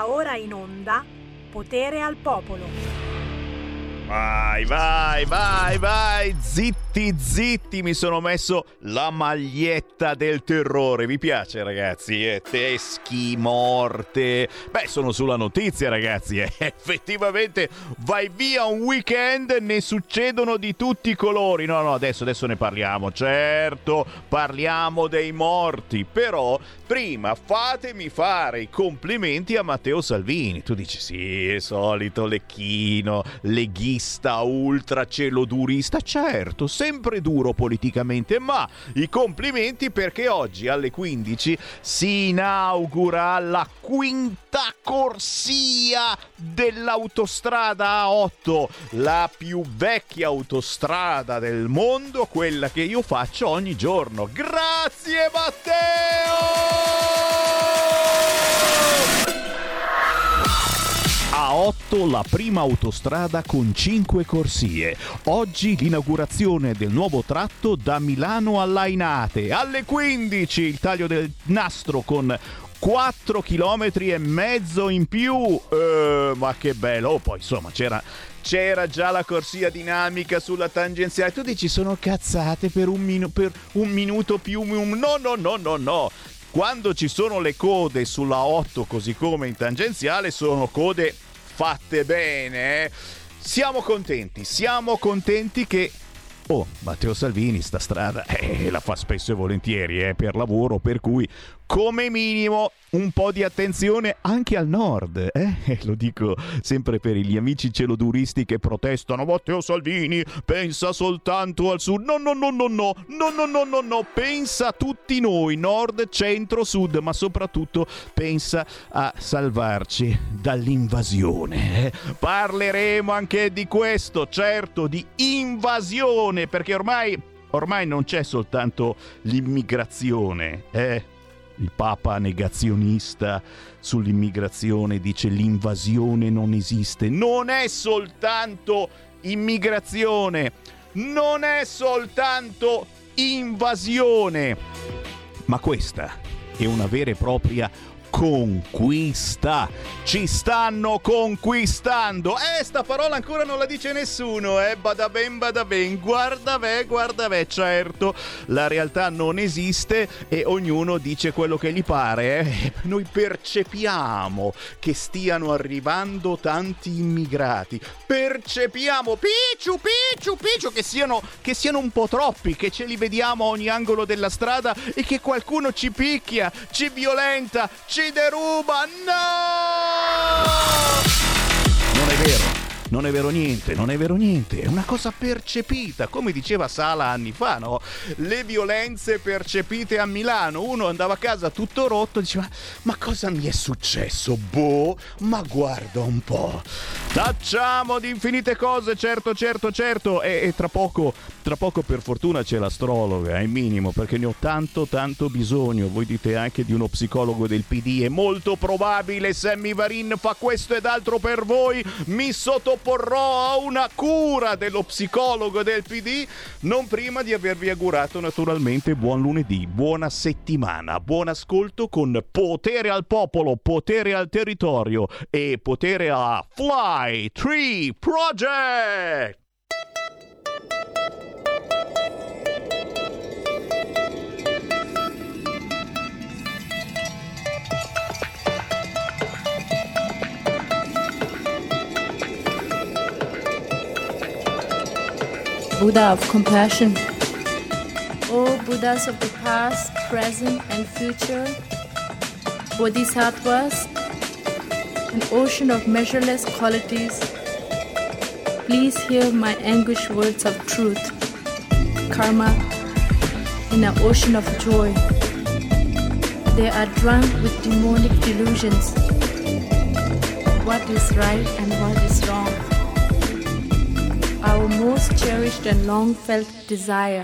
Va ora in onda Potere al Popolo. Vai, zitti, mi sono messo la maglietta del terrore. Vi piace, ragazzi? Teschi, morte. Beh, sono sulla notizia, ragazzi. Effettivamente vai via un weekend, ne succedono di tutti i colori. No, adesso ne parliamo. Certo, parliamo dei morti. Però prima fatemi fare i complimenti a Matteo Salvini. Tu dici sì, solito lecchino, leghista, ultra celodurista, certo, sempre duro politicamente, ma i complimenti perché oggi alle 15 si inaugura la quinta corsia dell'autostrada A8, la più vecchia autostrada del mondo, quella che io faccio ogni giorno. Grazie Matteo! A8, la prima autostrada con 5 corsie. Oggi l'inaugurazione del nuovo tratto da Milano a Lainate. Alle 15 il taglio del nastro con 4 chilometri e mezzo in più. Ma che bello! Poi insomma c'era già la corsia dinamica sulla tangenziale. Tu dici sono cazzate per un minuto più. No. Quando ci sono le code sulla 8 così come in tangenziale sono code fatte bene. Siamo contenti che Matteo Salvini sta strada la fa spesso e volentieri per lavoro, per cui come minimo un po' di attenzione anche al nord, lo dico sempre per gli amici celoduristi che protestano. Matteo Salvini pensa soltanto al sud. No, pensa a tutti noi, nord, centro, sud, ma soprattutto pensa a salvarci dall'invasione. Parleremo anche di questo, certo, di invasione, perché ormai non c'è soltanto l'immigrazione, Il Papa negazionista sull'immigrazione dice l'invasione non esiste. Non è soltanto immigrazione, non è soltanto invasione, ma questa è una vera e propria conquista. Ci stanno conquistando. Sta parola ancora non la dice nessuno, bada ben, guarda beh, certo, la realtà non esiste e ognuno dice quello che gli pare, Noi percepiamo che stiano arrivando tanti immigrati, percepiamo picciu che siano un po' troppi, che ce li vediamo a ogni angolo della strada e che qualcuno ci picchia, ci violenta, ci deruba. No! Non è vero niente, è una cosa percepita, come diceva Sala anni fa, no? Le violenze percepite a Milano, uno andava a casa tutto rotto e diceva ma cosa mi è successo? Ma guarda un po'. Tacciamo di infinite cose, certo, e tra poco per fortuna c'è l'astrologa, è minimo, perché ne ho tanto bisogno. Voi dite anche di uno psicologo del PD, è molto probabile Sammy Varin fa questo ed altro per voi, mi sottoporrò a una cura dello psicologo del PD, non prima di avervi augurato naturalmente buon lunedì, buona settimana, buon ascolto con Potere al Popolo, Potere al Territorio e Potere a Fly Tree Project. Buddha of compassion. O Buddhas of the past, present and future, Bodhisattvas, an ocean of measureless qualities, please hear my anguished words of truth. Karma, in an ocean of joy, they are drunk with demonic delusions. What is right and what is wrong? Our most cherished and long-felt desire.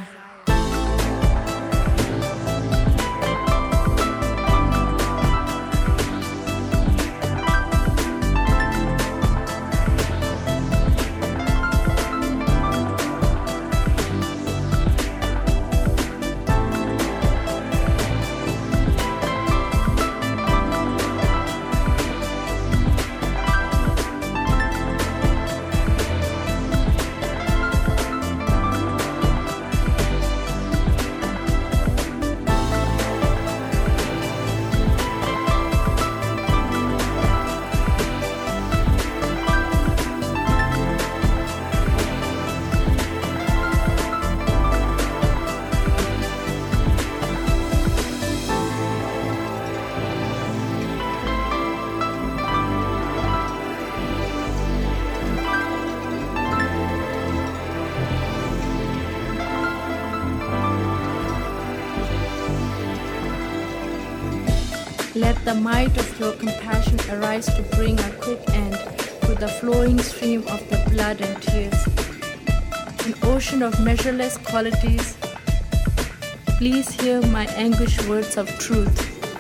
Let the might of your compassion arise to bring a quick end to the flowing stream of the blood and tears. An ocean of measureless qualities, please hear my anguished words of truth.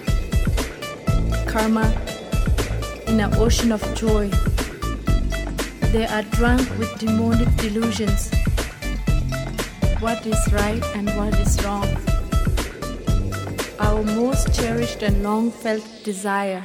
Karma, in an ocean of joy, they are drunk with demonic delusions. What is right and what is wrong? Our most cherished and long-felt desire.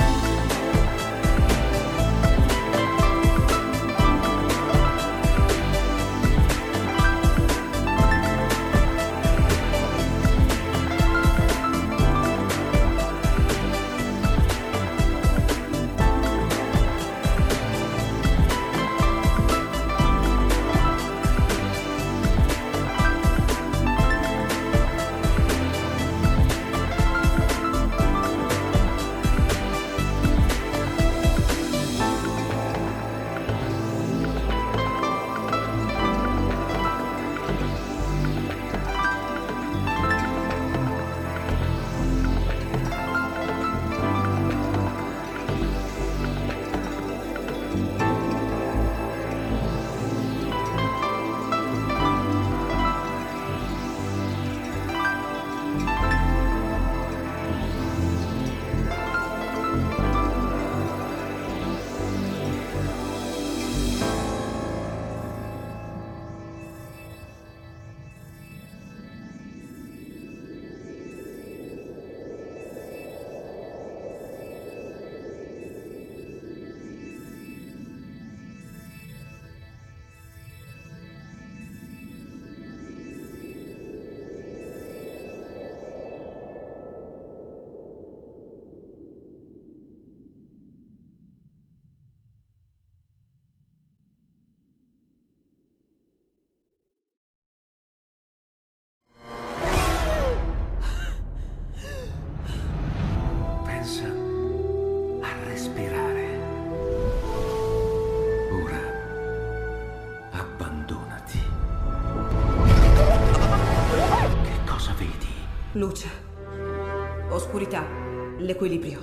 Luce, oscurità, l'equilibrio.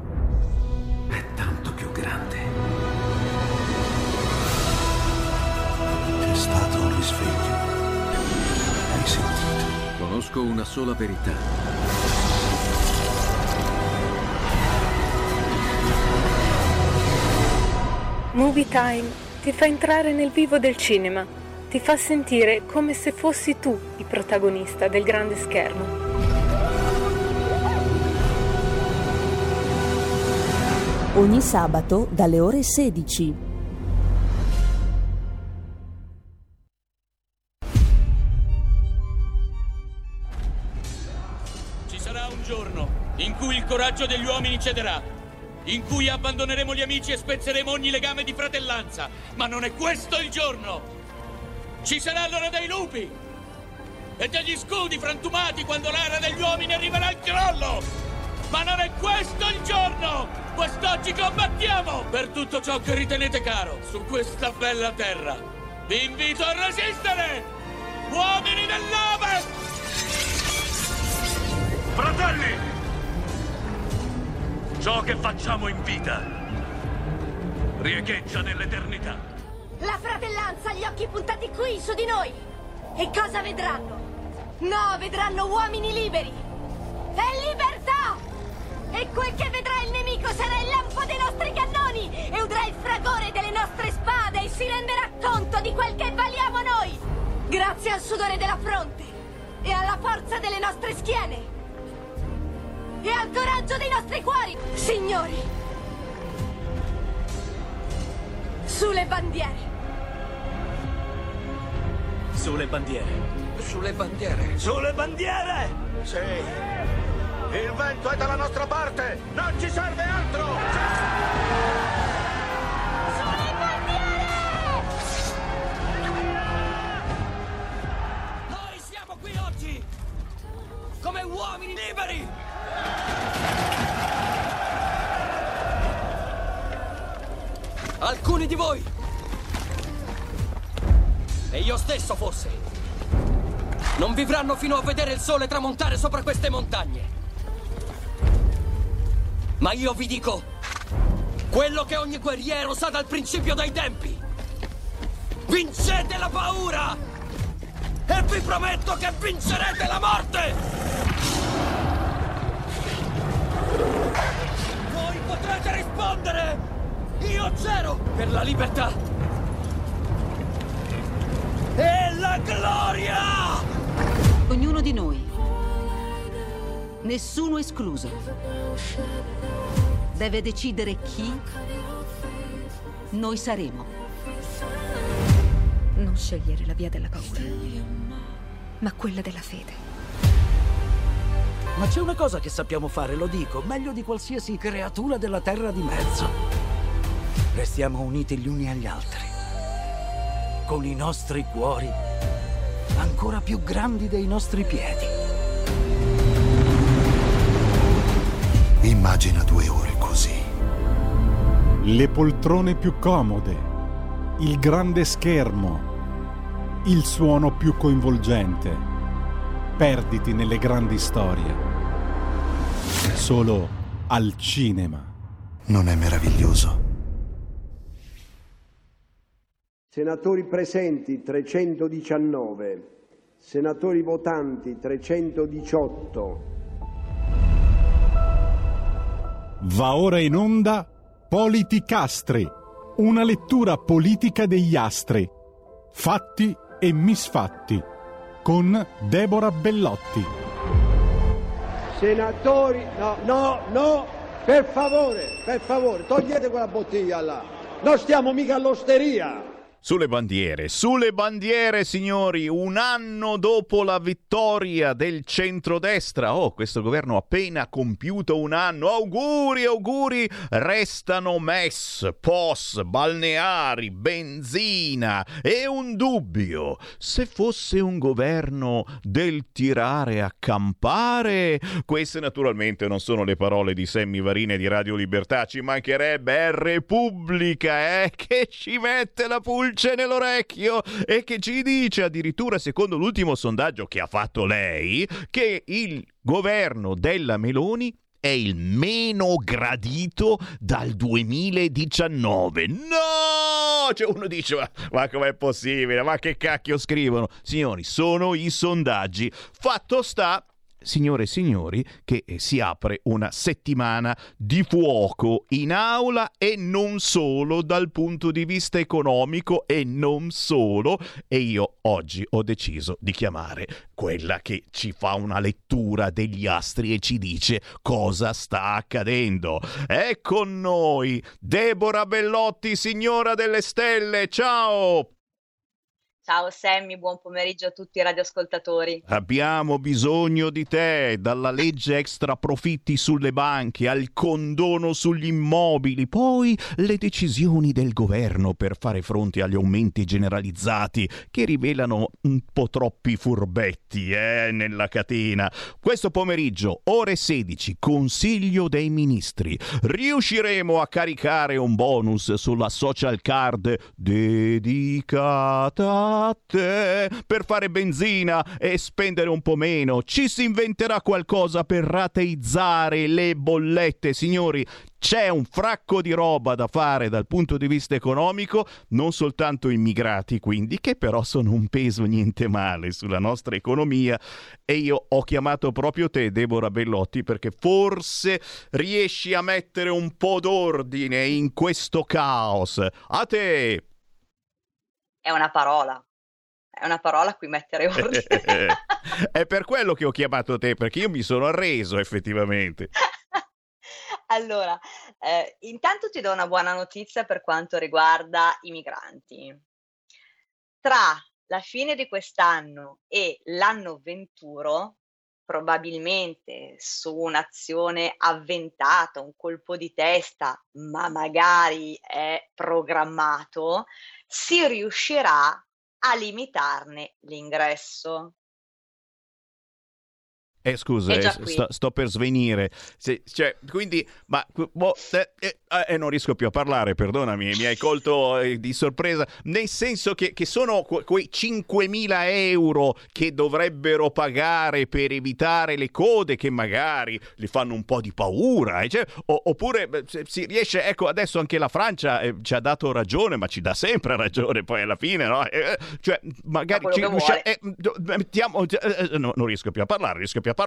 È tanto più grande. C'è stato un risveglio. Hai sentito? Conosco una sola verità. Movie Time ti fa entrare nel vivo del cinema, ti fa sentire come se fossi tu il protagonista del grande schermo. Ogni sabato dalle ore 16. Ci sarà un giorno in cui il coraggio degli uomini cederà, in cui abbandoneremo gli amici e spezzeremo ogni legame di fratellanza. Ma non è questo il giorno! Ci sarà l'ora dei lupi e degli scudi frantumati quando l'era degli uomini arriverà al crollo! Ma non è questo il giorno! Quest'oggi combattiamo per tutto ciò che ritenete caro su questa bella terra. Vi invito a resistere! Uomini dell'Ovest! Fratelli! Ciò che facciamo in vita riecheggia nell'eternità. La fratellanza ha gli occhi puntati qui, su di noi. E cosa vedranno? No, vedranno uomini liberi. E libertà! E quel che vedrà il nemico sarà il lampo dei nostri cannoni e udrà il fragore delle nostre spade e si renderà conto di quel che valiamo noi. Grazie al sudore della fronte e alla forza delle nostre schiene e al coraggio dei nostri cuori, signori. Sulle bandiere. Sulle bandiere. Sulle bandiere. Sulle bandiere! Sì. Il vento è dalla nostra parte! Non ci serve altro! Sulle bandiere! Noi siamo qui oggi come uomini liberi! Alcuni di voi, e io stesso forse, non vivranno fino a vedere il sole tramontare sopra queste montagne. Ma io vi dico quello che ogni guerriero sa dal principio dei tempi. Vincete la paura! E vi prometto che vincerete la morte! Voi potrete rispondere! Io c'ero per la libertà! E la gloria! Ognuno di noi, nessuno escluso, deve decidere chi noi saremo. Non scegliere la via della paura, ma quella della fede. Ma c'è una cosa che sappiamo fare, lo dico, meglio di qualsiasi creatura della terra di mezzo. Restiamo uniti gli uni agli altri, con i nostri cuori ancora più grandi dei nostri piedi. Immagina 2 ore così. Le poltrone più comode, il grande schermo, il suono più coinvolgente. Perditi nelle grandi storie. Solo al cinema. Non è meraviglioso? Senatori presenti 319, senatori votanti 318. Va ora in onda Politicastri, una lettura politica degli astri, fatti e misfatti, con Deborah Bellotti. Senatori, no, per favore, togliete quella bottiglia là. Non stiamo mica all'osteria. Sulle bandiere, signori, un anno dopo la vittoria del centrodestra. Questo governo ha appena compiuto un anno. Auguri! Restano MES, POS, balneari, benzina e un dubbio. Se fosse un governo del tirare a campare, queste naturalmente non sono le parole di Sammy Varin e di Radio Libertà, ci mancherebbe, è Repubblica, che ci mette la pulce nell'orecchio e che ci dice addirittura, secondo l'ultimo sondaggio che ha fatto lei, che il governo della Meloni è il meno gradito dal 2019. No! Cioè uno dice, ma com'è possibile? Ma che cacchio scrivono? Signori, sono i sondaggi. Fatto sta, signore e signori, che si apre una settimana di fuoco in aula e non solo dal punto di vista economico e non solo. E io oggi ho deciso di chiamare quella che ci fa una lettura degli astri e ci dice cosa sta accadendo. È con noi Deborah Bellotti, signora delle stelle. Ciao! Ciao Sammy, buon pomeriggio a tutti i radioascoltatori. Abbiamo bisogno di te, dalla legge extra profitti sulle banche al condono sugli immobili, poi le decisioni del governo per fare fronte agli aumenti generalizzati che rivelano un po' troppi furbetti nella catena. Questo pomeriggio, ore 16, Consiglio dei Ministri. Riusciremo a caricare un bonus sulla social card dedicata a te per fare benzina e spendere un po' meno. Ci si inventerà qualcosa per rateizzare le bollette. Signori, c'è un fracco di roba da fare dal punto di vista economico, non soltanto immigrati quindi, che però sono un peso niente male sulla nostra economia, e io ho chiamato proprio te, Deborah Bellotti, perché forse riesci a mettere un po' d'ordine in questo caos. A te! È una parola a cui mettere ordine. È per quello che ho chiamato te, perché io mi sono arreso effettivamente. Allora, intanto ti do una buona notizia per quanto riguarda i migranti. Tra la fine di quest'anno e l'anno venturo, probabilmente su un'azione avventata, un colpo di testa, ma magari è programmato, si riuscirà a limitarne l'ingresso. Scusa, È già qui. sto per svenire. Cioè, quindi, ma non riesco più a parlare, perdonami, mi hai colto di sorpresa. Nel senso che sono quei 5.000 euro che dovrebbero pagare per evitare le code, che magari li fanno un po' di paura. Cioè, oppure si riesce, ecco, adesso anche la Francia ci ha dato ragione, ma ci dà sempre ragione poi alla fine, no? Cioè, magari mettiamo, no, non riesco più a parlare,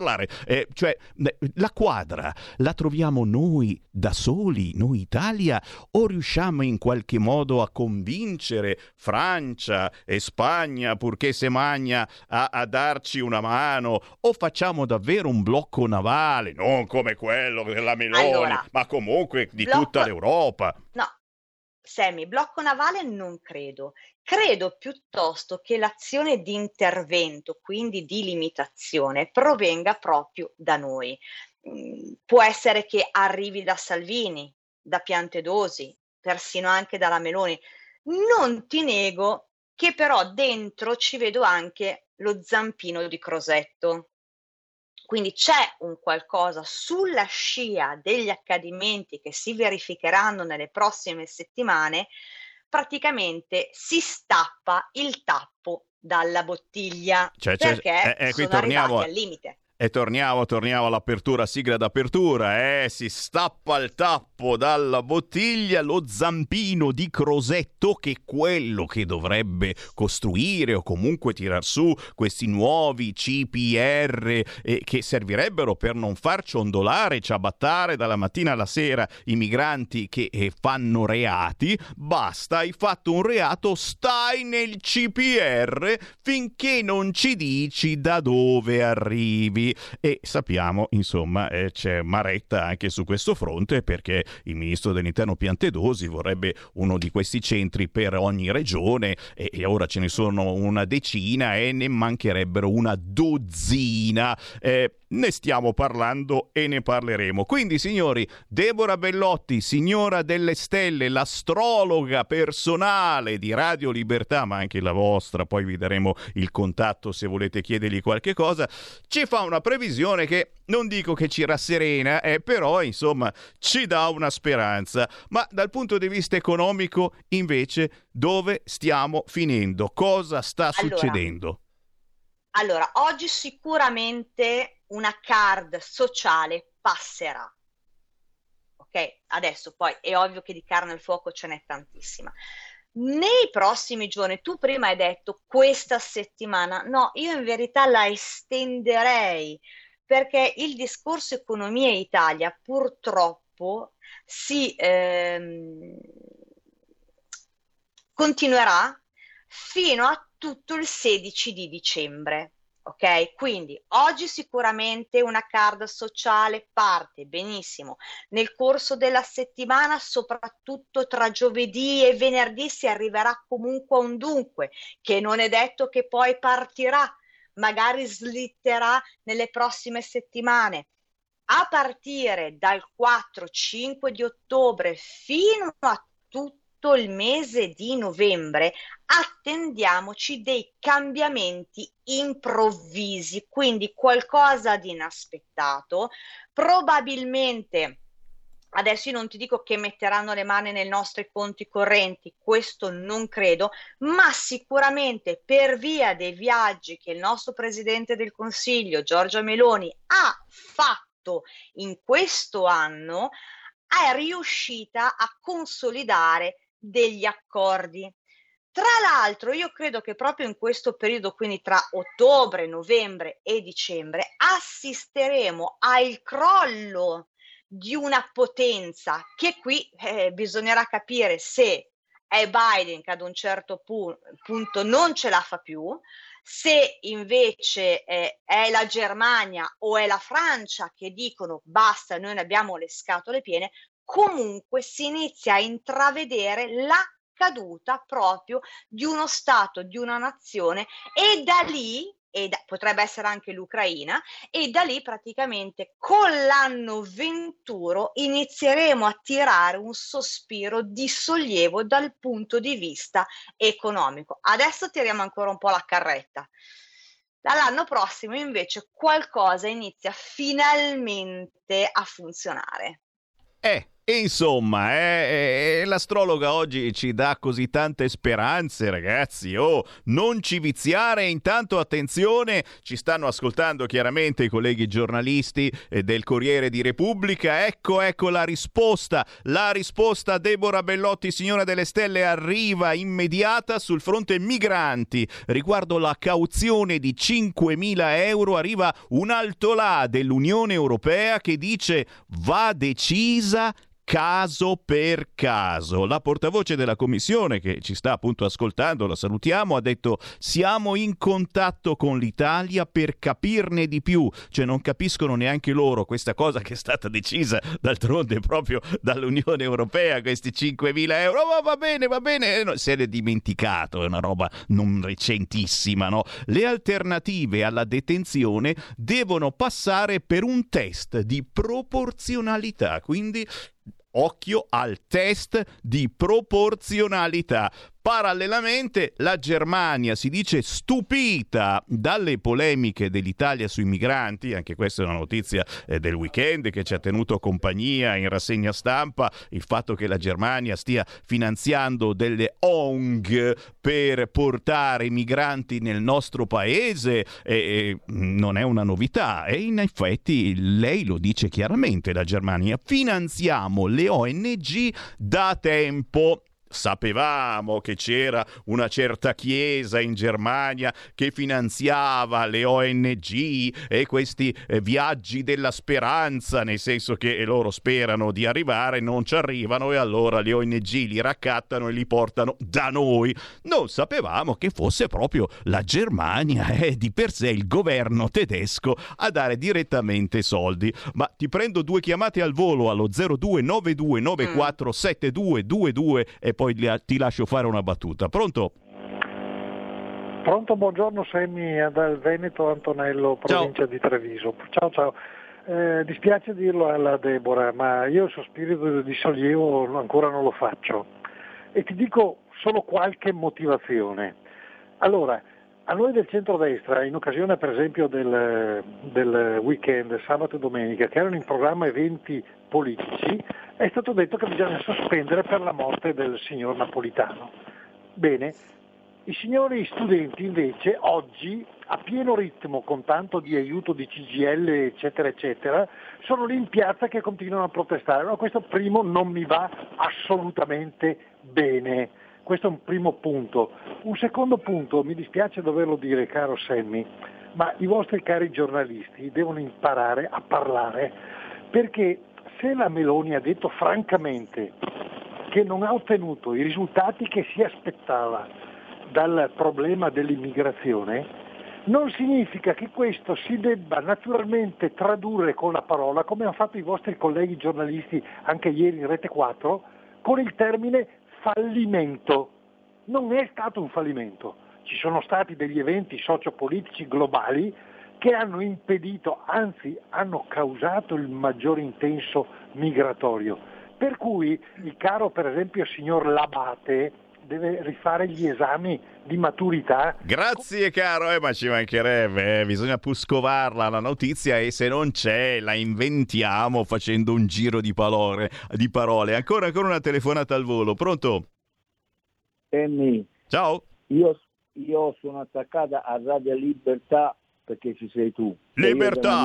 cioè la quadra la troviamo noi da soli, noi Italia, o riusciamo in qualche modo a convincere Francia e Spagna, purché se magna, a darci una mano, o facciamo davvero un blocco navale, non come quello della Meloni, ma comunque di tutta l'Europa? No, Sammy, blocco navale non credo. Credo piuttosto che l'azione di intervento, quindi di limitazione, provenga proprio da noi. Può essere che arrivi da Salvini, da Piantedosi, persino anche dalla Meloni. Non ti nego che però dentro ci vedo anche lo zampino di Crosetto. Quindi c'è un qualcosa sulla scia degli accadimenti che si verificheranno nelle prossime settimane. Praticamente si stappa il tappo dalla bottiglia, perché qui sono arrivati al limite. E torniamo all'apertura, sigla d'apertura, si stappa il tappo dalla bottiglia, lo zampino di Crosetto, che è quello che dovrebbe costruire o comunque tirar su questi nuovi CPR che servirebbero per non far ciondolare, ciabattare dalla mattina alla sera i migranti che fanno reati. Basta, hai fatto un reato, stai nel CPR finché non ci dici da dove arrivi. E sappiamo, insomma, c'è maretta anche su questo fronte, perché il ministro dell'Interno Piantedosi vorrebbe uno di questi centri per ogni regione, e ora ce ne sono una decina e ne mancherebbero una dozzina. Ne stiamo parlando e ne parleremo. Quindi, signori, Deborah Bellotti, signora delle stelle, l'astrologa personale di Radio Libertà, ma anche la vostra, poi vi daremo il contatto se volete chiedergli qualche cosa, ci fa una previsione che non dico che ci rasserena, però insomma ci dà una speranza. Ma dal punto di vista economico, invece, dove stiamo finendo? Cosa sta succedendo? Allora, oggi sicuramente una card sociale passerà. Ok? Adesso poi è ovvio che di carne al fuoco ce n'è tantissima. Nei prossimi giorni, tu prima hai detto questa settimana, no, io in verità la estenderei, perché il discorso Economia Italia purtroppo si continuerà fino a tutto il 16 di dicembre. Ok, quindi oggi sicuramente una card sociale parte benissimo. Nel corso della settimana, soprattutto tra giovedì e venerdì, si arriverà comunque a un dunque, che non è detto che poi partirà, magari slitterà nelle prossime settimane. A partire dal 4-5 di ottobre fino a tutto il mese di novembre attendiamoci dei cambiamenti improvvisi, quindi qualcosa di inaspettato. Probabilmente adesso io non ti dico che metteranno le mani nei nostri conti correnti, questo non credo, ma sicuramente per via dei viaggi che il nostro Presidente del Consiglio, Giorgia Meloni, ha fatto in questo anno, è riuscita a consolidare degli accordi. Tra l'altro, io credo che proprio in questo periodo, quindi tra ottobre, novembre e dicembre, assisteremo al crollo di una potenza che qui bisognerà capire se è Biden che ad un certo punto non ce la fa più, se invece è la Germania o è la Francia che dicono basta, noi ne abbiamo le scatole piene. Comunque si inizia a intravedere la caduta proprio di uno Stato, di una nazione, e da lì, potrebbe essere anche l'Ucraina, e da lì praticamente con l'anno venturo inizieremo a tirare un sospiro di sollievo dal punto di vista economico. Adesso tiriamo ancora un po' la carretta. Dall'anno prossimo invece qualcosa inizia finalmente a funzionare. Insomma, l'astrologa oggi ci dà così tante speranze, ragazzi. Non ci viziare. Intanto attenzione, ci stanno ascoltando chiaramente i colleghi giornalisti del Corriere di Repubblica. Ecco la risposta. La risposta a Deborah Bellotti, signora delle stelle, arriva immediata sul fronte migranti. Riguardo la cauzione di 5.000 euro arriva un altolà dell'Unione Europea che dice va decisa caso per caso. La portavoce della Commissione, che ci sta appunto ascoltando, la salutiamo, ha detto: siamo in contatto con l'Italia per capirne di più. Cioè non capiscono neanche loro questa cosa che è stata decisa d'altronde proprio dall'Unione Europea, questi 5.000 euro. Va bene, no, se l'è dimenticato, è una roba non recentissima, no? Le alternative alla detenzione devono passare per un test di proporzionalità, quindi occhio al test di proporzionalità. Parallelamente la Germania si dice stupita dalle polemiche dell'Italia sui migranti. Anche questa è una notizia del weekend che ci ha tenuto compagnia in rassegna stampa, il fatto che la Germania stia finanziando delle ONG per portare i migranti nel nostro paese non è una novità, e in effetti lei lo dice chiaramente, la Germania: finanziamo le ONG da tempo. Sapevamo che c'era una certa chiesa in Germania che finanziava le ONG e questi viaggi della speranza, nel senso che loro sperano di arrivare, non ci arrivano e allora le ONG li raccattano e li portano da noi. Non sapevamo che fosse proprio la Germania e di per sé il governo tedesco a dare direttamente soldi. Ma ti prendo 2 chiamate al volo allo 0292947222 e poi ti lascio fare una battuta. Pronto? Pronto, buongiorno Semmi, dal Veneto, Antonello, provincia di Treviso. Ciao. Dispiace dirlo alla Deborah, ma io il suo spirito di sollievo ancora non lo faccio. E ti dico solo qualche motivazione. Allora, a noi del centrodestra, in occasione per esempio del weekend, sabato e domenica, che erano in programma eventi politici, è stato detto che bisogna sospendere per la morte del signor Napolitano. Bene, i signori studenti invece oggi, a pieno ritmo, con tanto di aiuto di CGIL eccetera eccetera, sono lì in piazza che continuano a protestare. No, questo primo non mi va assolutamente bene. Questo è un primo punto. Un secondo punto, mi dispiace doverlo dire, caro Semmi, ma i vostri cari giornalisti devono imparare a parlare, perché se la Meloni ha detto francamente che non ha ottenuto i risultati che si aspettava dal problema dell'immigrazione, non significa che questo si debba naturalmente tradurre con la parola, come hanno fatto i vostri colleghi giornalisti anche ieri in Rete 4, con il termine fallimento. Non è stato un fallimento, ci sono stati degli eventi sociopolitici globali che hanno impedito, anzi hanno causato il maggiore intenso migratorio. Per cui il caro, per esempio, signor Labate deve rifare gli esami di maturità. Grazie caro, ma ci mancherebbe, bisogna puscovarla la notizia e se non c'è la inventiamo facendo un giro di parole. Ancora una telefonata al volo. Pronto? Emmi. Ciao. Io sono attaccata a Radio Libertà perché ci sei tu. Libertà.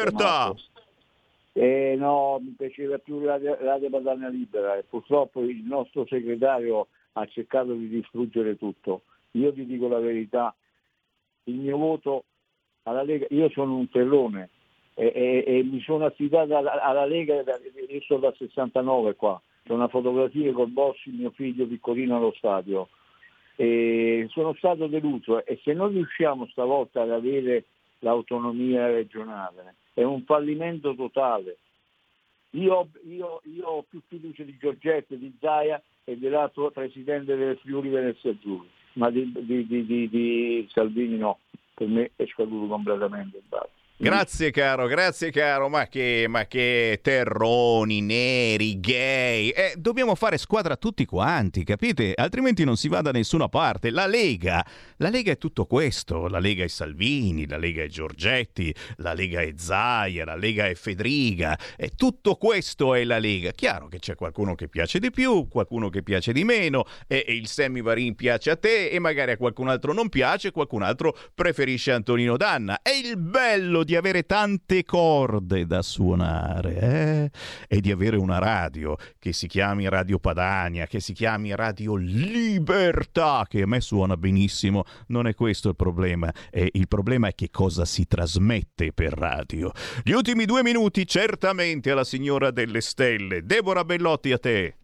No, mi piaceva più Radio Padania Libera e purtroppo il nostro segretario ha cercato di distruggere tutto. Io ti dico la verità, il mio voto alla Lega, io sono un terrone e mi sono affidato alla Lega, io sono dal 69 qua, c'è una fotografia col Bossi, mio figlio piccolino allo stadio, e sono stato deluso e se non riusciamo stavolta ad avere l'autonomia regionale è un fallimento totale. Io ho più fiducia di Giorgetti, di Zaia e dell'altro presidente del Friuli Venezia Giulia, ma di Salvini no, per me è scaduto completamente il Grazie caro, ma che terroni, neri, gay. Dobbiamo fare squadra tutti quanti, capite? Altrimenti non si va da nessuna parte. La Lega è tutto questo. La Lega è Salvini, la Lega è Giorgetti, la Lega è Zaia, la Lega è Fedriga. E tutto questo è la Lega. Chiaro che c'è qualcuno che piace di più, qualcuno che piace di meno, e il Semivarin piace a te e magari a qualcun altro non piace, qualcun altro preferisce Antonino Danna. È il bello di avere tante corde da suonare, e di avere una radio che si chiami Radio Padania, che si chiami Radio Libertà, che a me suona benissimo. Non è questo il problema, il problema è che cosa si trasmette per radio. Gli ultimi 2 minuti certamente alla signora delle stelle. Deborah Bellotti, a te.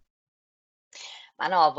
Ma no,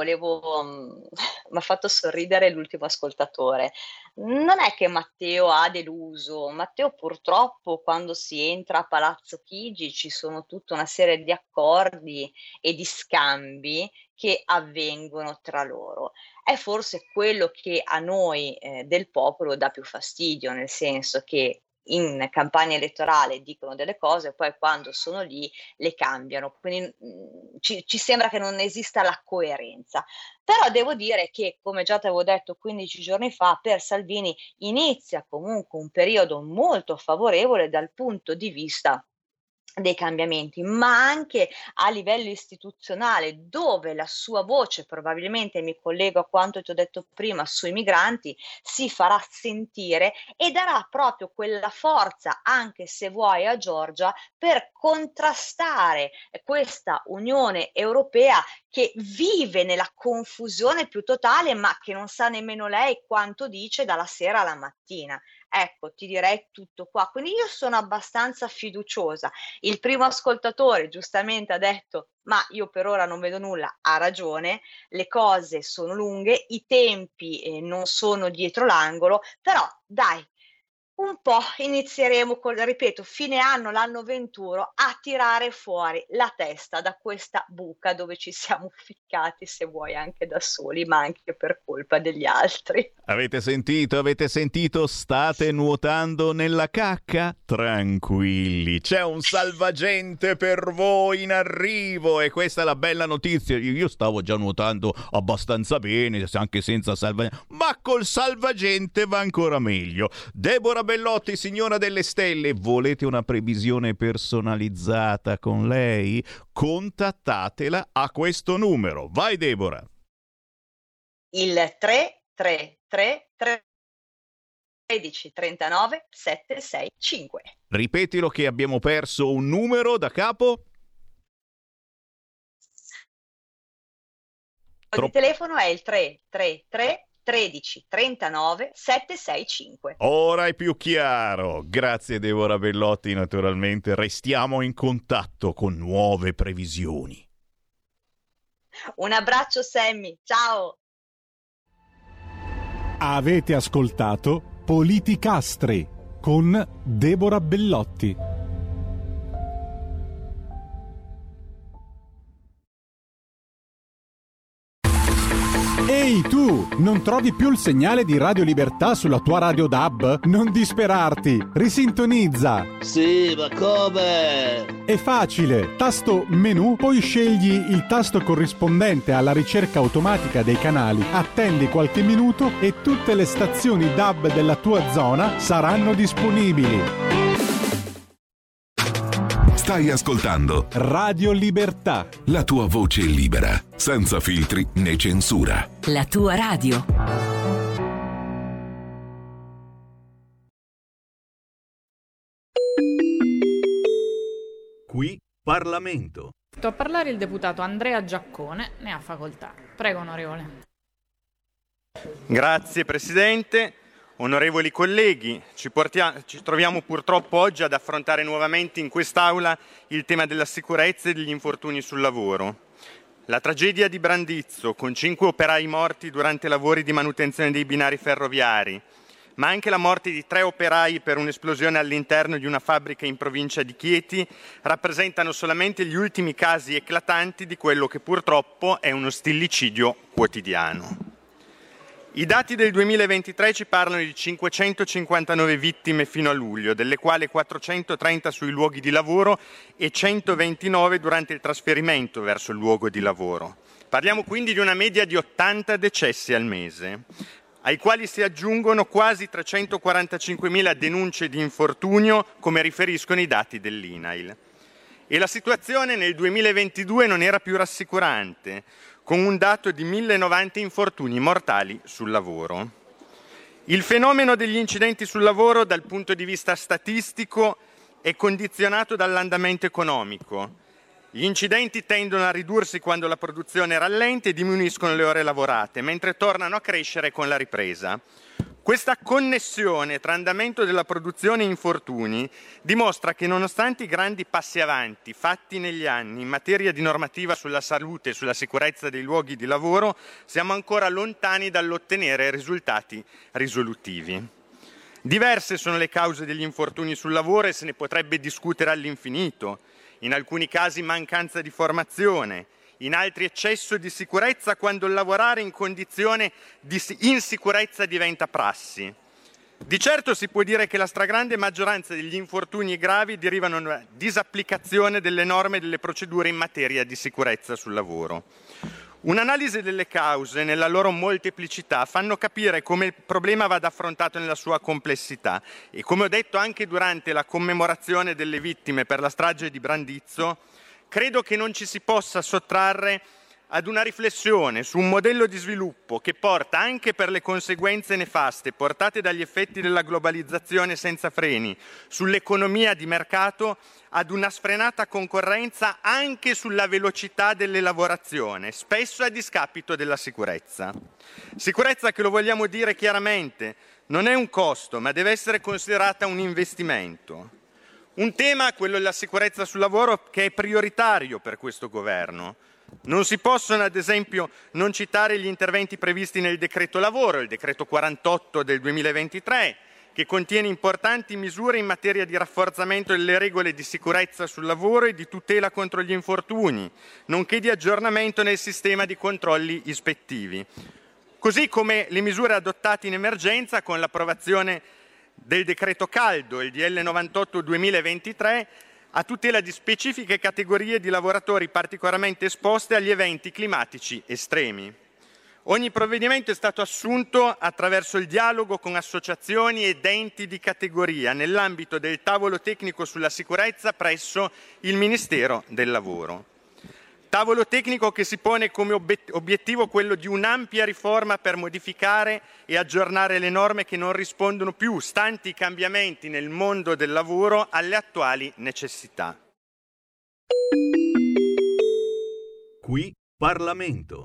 mi ha fatto sorridere l'ultimo ascoltatore. Non è che Matteo ha deluso. Matteo purtroppo quando si entra a Palazzo Chigi ci sono tutta una serie di accordi e di scambi che avvengono tra loro. È forse quello che a noi del popolo dà più fastidio, nel senso che in campagna elettorale dicono delle cose, poi quando sono lì le cambiano, quindi ci sembra che non esista la coerenza. Però devo dire che, come già ti avevo detto 15 giorni fa, per Salvini inizia comunque un periodo molto favorevole dal punto di vista dei cambiamenti, ma anche a livello istituzionale, dove la sua voce, probabilmente mi collego a quanto ti ho detto prima sui migranti, si farà sentire e darà proprio quella forza, anche se vuoi, a Giorgia per contrastare questa Unione Europea che vive nella confusione più totale, ma che non sa nemmeno lei quanto dice dalla sera alla mattina. Ecco, ti direi tutto qua. Quindi io sono abbastanza fiduciosa. Il primo ascoltatore giustamente ha detto: ma io per ora non vedo nulla. Ha ragione, le cose sono lunghe, i tempi non sono dietro l'angolo, però dai, un po' inizieremo ripeto, fine anno, l'anno 21, a tirare fuori la testa da questa buca dove ci siamo ficcati, se vuoi anche da soli, ma anche per colpa degli altri. Avete sentito? State nuotando nella cacca? Tranquilli, c'è un salvagente per voi in arrivo, e questa è la bella notizia. Io stavo già nuotando abbastanza bene, anche senza salvagente, ma col salvagente va ancora meglio. Deborah Bellotti, signora delle stelle, volete una previsione personalizzata con lei? Contattatela a questo numero. Vai Deborah. Il 333 13 39 765. Ripetilo che abbiamo perso un numero da capo. Il telefono è il 333 13 39 765. Ora è più chiaro. Grazie Deborah Bellotti, naturalmente restiamo in contatto con nuove previsioni. Un abbraccio Sammy, ciao. Avete ascoltato Politicastri con Deborah Bellotti. Ehi tu, non trovi più il segnale di Radio Libertà sulla tua radio DAB? Non disperarti, risintonizza! Sì, ma come? È facile, tasto menu, poi scegli il tasto corrispondente alla ricerca automatica dei canali, attendi qualche minuto e tutte le stazioni DAB della tua zona saranno disponibili. Stai ascoltando Radio Libertà, la tua voce libera, senza filtri né censura. La tua radio. Qui Parlamento. A parlare il deputato Andrea Giaccone, ne ha facoltà. Prego, onorevole. Grazie Presidente. Onorevoli colleghi, ci troviamo purtroppo oggi ad affrontare nuovamente in quest'Aula il tema della sicurezza e degli infortuni sul lavoro. La tragedia di Brandizzo, con 5 operai morti durante i lavori di manutenzione dei binari ferroviari, ma anche la morte di 3 operai per un'esplosione all'interno di una fabbrica in provincia di Chieti, rappresentano solamente gli ultimi casi eclatanti di quello che purtroppo è uno stillicidio quotidiano. I dati del 2023 ci parlano di 559 vittime fino a luglio, delle quali 430 sui luoghi di lavoro e 129 durante il trasferimento verso il luogo di lavoro. Parliamo quindi di una media di 80 decessi al mese, ai quali si aggiungono quasi 345.000 denunce di infortunio, come riferiscono i dati dell'INAIL. E la situazione nel 2022 non era più rassicurante, con un dato di 1.090 infortuni mortali sul lavoro. Il fenomeno degli incidenti sul lavoro dal punto di vista statistico è condizionato dall'andamento economico. Gli incidenti tendono a ridursi quando la produzione rallenta e diminuiscono le ore lavorate, mentre tornano a crescere con la ripresa. Questa connessione tra andamento della produzione e infortuni dimostra che nonostante i grandi passi avanti fatti negli anni in materia di normativa sulla salute e sulla sicurezza dei luoghi di lavoro, siamo ancora lontani dall'ottenere risultati risolutivi. Diverse sono le cause degli infortuni sul lavoro e se ne potrebbe discutere all'infinito. In alcuni casi mancanza di formazione, in altri eccesso di sicurezza quando il lavorare in condizione di insicurezza diventa prassi. Di certo si può dire che la stragrande maggioranza degli infortuni gravi derivano da disapplicazione delle norme e delle procedure in materia di sicurezza sul lavoro. Un'analisi delle cause nella loro molteplicità fanno capire come il problema vada affrontato nella sua complessità e, come ho detto anche durante la commemorazione delle vittime per la strage di Brandizzo, credo che non ci si possa sottrarre ad una riflessione su un modello di sviluppo che porta, anche per le conseguenze nefaste portate dagli effetti della globalizzazione senza freni, sull'economia di mercato, ad una sfrenata concorrenza anche sulla velocità delle lavorazioni, spesso a discapito della sicurezza. Sicurezza che, lo vogliamo dire chiaramente, non è un costo, ma deve essere considerata un investimento. Un tema, quello della sicurezza sul lavoro, che è prioritario per questo governo. Non si possono, ad esempio, non citare gli interventi previsti nel decreto lavoro, il decreto 48 del 2023, che contiene importanti misure in materia di rafforzamento delle regole di sicurezza sul lavoro e di tutela contro gli infortuni, nonché di aggiornamento nel sistema di controlli ispettivi. Così come le misure adottate in emergenza con l'approvazione del decreto caldo, il DL 98 2023, a tutela di specifiche categorie di lavoratori particolarmente esposte agli eventi climatici estremi. Ogni provvedimento è stato assunto attraverso il dialogo con associazioni ed enti di categoria nell'ambito del tavolo tecnico sulla sicurezza presso il Ministero del Lavoro. Tavolo tecnico che si pone come obiettivo quello di un'ampia riforma per modificare e aggiornare le norme che non rispondono più, stanti i cambiamenti nel mondo del lavoro, alle attuali necessità. Qui Parlamento.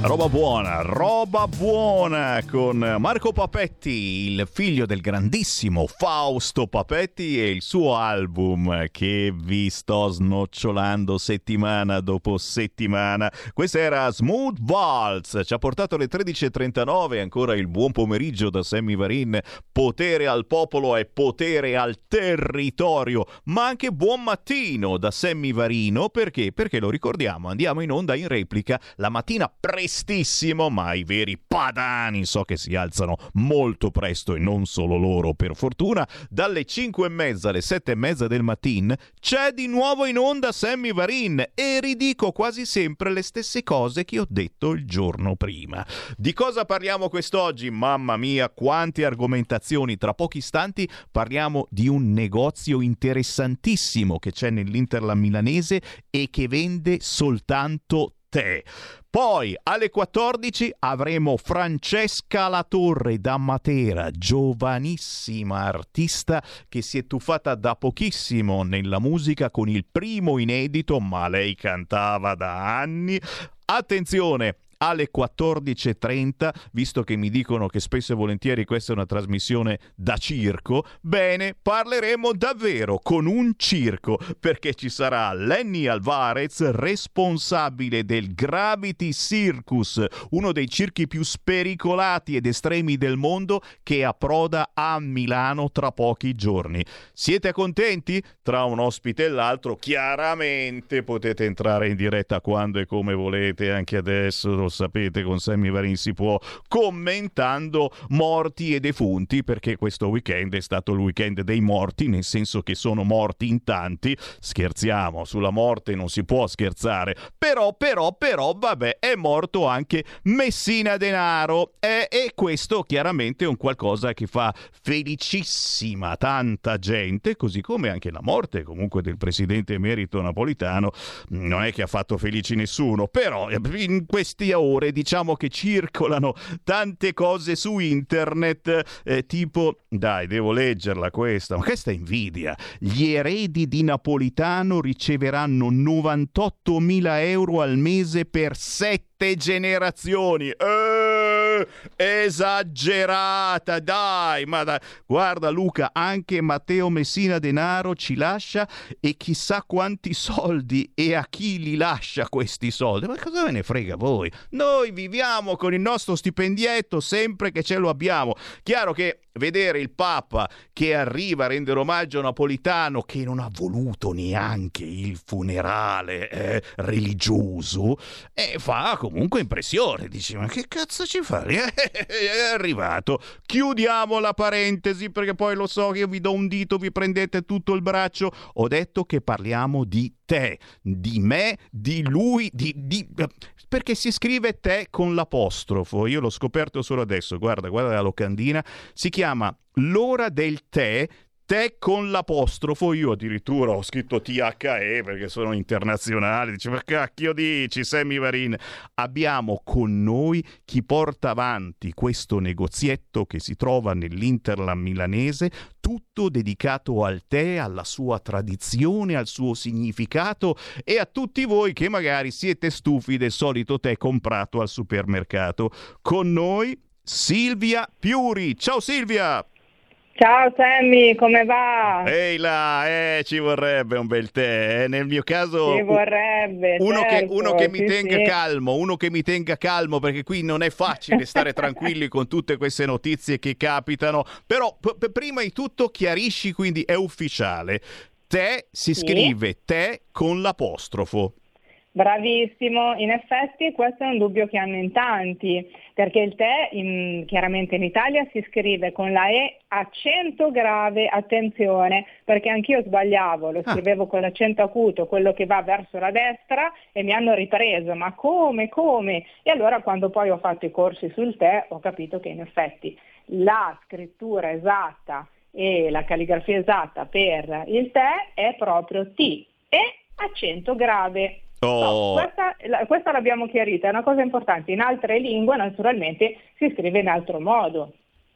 Roba buona con Marco Papetti, il figlio del grandissimo Fausto Papetti, e il suo album che vi sto snocciolando settimana dopo settimana. Questa era Smooth Waltz, ci ha portato alle 13.39, ancora il buon pomeriggio da Sammy Varin. Potere al popolo e potere al territorio, ma anche buon mattino da Sammy Varino, perché lo ricordiamo, andiamo in onda in replica la mattina prestissimo, ma i veri padani so che si alzano molto presto, e non solo loro per fortuna, dalle 5:30 alle 7:30 del mattino c'è di nuovo in onda Sammy Varin, e ridico quasi sempre le stesse cose che ho detto il giorno prima. Di cosa parliamo quest'oggi? Mamma mia, quante argomentazioni! Tra pochi istanti parliamo di un negozio interessantissimo che c'è nell'Interland milanese e che vende soltanto tè. Poi alle 14 avremo Francesca Latorre da Matera, giovanissima artista che si è tuffata da pochissimo nella musica con il primo inedito, ma lei cantava da anni. Attenzione! Alle 14.30, visto che mi dicono che spesso e volentieri questa è una trasmissione da circo, bene, parleremo davvero con un circo, perché ci sarà Lenny Alvarez, responsabile del Gravity Circus, uno dei circhi più spericolati ed estremi del mondo, che approda a Milano tra pochi giorni. Siete contenti? Tra un ospite e l'altro, chiaramente potete entrare in diretta quando e come volete, anche adesso, lo sapete, con Sammy Varin si può, commentando morti e defunti, perché questo weekend è stato il weekend dei morti, nel senso che sono morti in tanti. Scherziamo, sulla morte non si può scherzare, però vabbè, è morto anche Messina Denaro, e questo chiaramente è un qualcosa che fa felicissima tanta gente, così come anche la morte comunque del presidente emerito Napolitano non è che ha fatto felici nessuno. Però in questi ore diciamo che circolano tante cose su internet, tipo, dai, devo leggerla questa, ma questa è invidia: gli eredi di Napolitano riceveranno 98.000 euro al mese per 7 generazioni. Esagerata, dai, ma dai. Guarda Luca, anche Matteo Messina Denaro ci lascia, e chissà quanti soldi e a chi li lascia questi soldi. Ma cosa ve ne frega voi? Noi viviamo con il nostro stipendietto sempre che ce lo abbiamo. Chiaro che vedere il Papa che arriva a rendere omaggio a Napolitano, che non ha voluto neanche il funerale religioso, fa comunque impressione. Dici, ma che cazzo ci fa? È arrivato. Chiudiamo la parentesi, perché poi lo so che io vi do un dito, vi prendete tutto il braccio. Ho detto che parliamo di tè, di me, di lui, perché si scrive tè con l'apostrofo. Io l'ho scoperto solo adesso. Guarda la locandina, si chiama L'ora del tè con l'apostrofo. Io addirittura ho scritto THE perché sono internazionale. Dice, ma cacchio dici, Sammy Varin? Abbiamo con noi chi porta avanti questo negozietto che si trova nell'Interland milanese, tutto dedicato al tè, alla sua tradizione, al suo significato, e a tutti voi che magari siete stufi del solito tè comprato al supermercato. Con noi Silvia Piuri. Ciao Silvia! Ciao Sammy, come va? Ehi là, ci vorrebbe un bel tè. Nel mio caso ci vorrebbe, uno che mi sì, tenga sì. calmo, uno che mi tenga calmo, perché qui non è facile stare tranquilli con tutte queste notizie che capitano. Però prima di tutto chiarisci, quindi è ufficiale. Tè si scrive tè con l'apostrofo. Bravissimo, in effetti questo è un dubbio che hanno in tanti, perché il tè chiaramente in Italia si scrive con la E accento grave, attenzione, perché anch'io sbagliavo, lo scrivevo con l'accento acuto, quello che va verso la destra, e mi hanno ripreso, ma come? E allora quando poi ho fatto i corsi sul tè ho capito che in effetti la scrittura esatta e la calligrafia esatta per il tè è proprio T e accento grave. No, questa l'abbiamo chiarita, è una cosa importante. In altre lingue naturalmente si scrive in altro modo.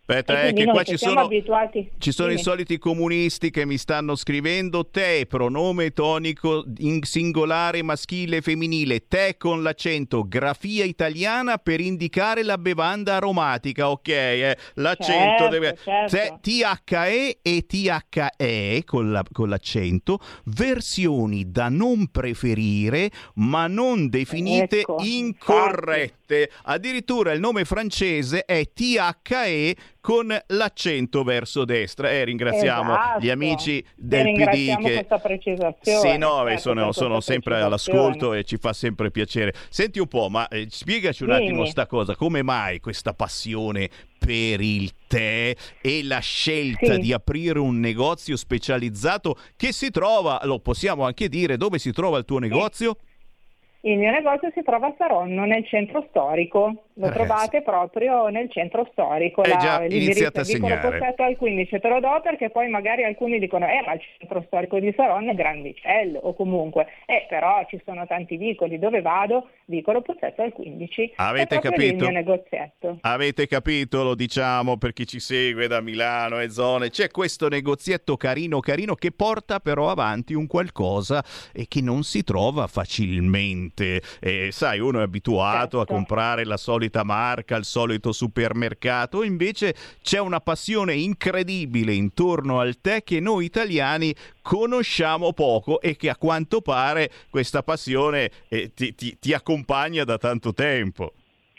Aspetta, che noi qua che siamo abituati... ci sono i Dimmi. soliti comunisti che mi stanno scrivendo te, pronome tonico in singolare maschile e femminile, te con l'accento, grafia italiana per indicare la bevanda aromatica, ok? L'accento deve... certo. THE e THE con l'accento, versioni da non preferire ma non definite Ecco, incorrette. Addirittura il nome francese è THE con l'accento verso destra. Ringraziamo Esatto. gli amici del Ringraziamo PD che... questa precisazione. Sì, no, certo, sono sempre all'ascolto e ci fa sempre piacere. Senti un po', ma spiegaci un attimo sta cosa, come mai questa passione per il tè e la scelta di aprire un negozio specializzato che si trova, lo possiamo anche dire, dove si trova il tuo negozio? Il mio negozio si trova a Saronno, nel centro storico. Lo trovate proprio nel centro storico. Già, iniziate a Vicolo segnare. Pozzetto al 15, te lo do perché poi magari alcuni dicono ma il centro storico di Saronno è Grandicello o comunque. Però ci sono tanti vicoli. Dove vado? Vicolo Pozzetto al 15. Avete è proprio lì capito? il mio negozietto. Avete capito, lo diciamo per chi ci segue da Milano e zone. C'è questo negozietto carino che porta però avanti un qualcosa e che non si trova facilmente. Sai, uno è abituato a comprare la solita marca, il solito supermercato, invece c'è una passione incredibile intorno al tè che noi italiani conosciamo poco e che a quanto pare questa passione ti accompagna da tanto tempo.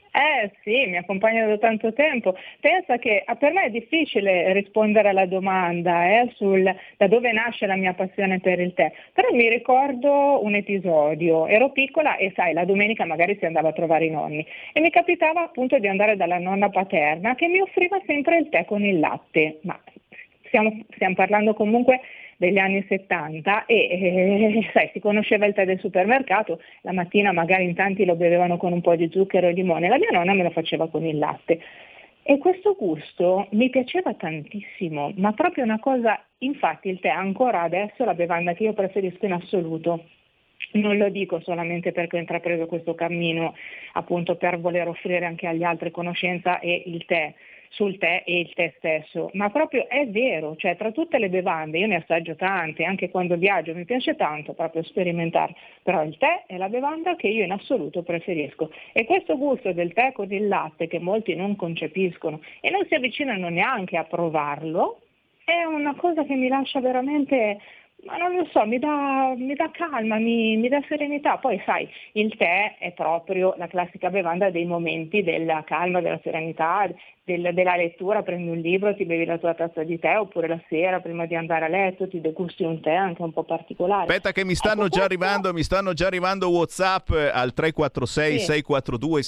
Sì, mi accompagna da tanto tempo. Pensa che per me è difficile rispondere alla domanda da dove nasce la mia passione per il tè, però mi ricordo un episodio. Ero piccola e sai, la domenica magari si andava a trovare i nonni e mi capitava appunto di andare dalla nonna paterna che mi offriva sempre il tè con il latte, ma stiamo parlando comunque degli anni 70 e sai, si conosceva il tè del supermercato, la mattina magari in tanti lo bevevano con un po' di zucchero e limone, la mia nonna me lo faceva con il latte e questo gusto mi piaceva tantissimo, ma proprio una cosa, infatti il tè ancora adesso è la bevanda che io preferisco in assoluto. Non lo dico solamente perché ho intrapreso questo cammino appunto per voler offrire anche agli altri conoscenza e il tè sul tè e il tè stesso, ma proprio è vero, cioè tra tutte le bevande, io ne assaggio tante, anche quando viaggio mi piace tanto proprio sperimentare, però il tè è la bevanda che io in assoluto preferisco e questo gusto del tè con il latte che molti non concepiscono e non si avvicinano neanche a provarlo, è una cosa che mi lascia veramente... Ma non lo so, mi dà calma, mi dà serenità. Poi sai, il tè è proprio la classica bevanda dei momenti della calma, della serenità, della lettura, prendi un libro, ti bevi la tua tazza di tè, oppure la sera prima di andare a letto ti degusti un tè anche un po' particolare. Aspetta che mi stanno già arrivando WhatsApp al 346 642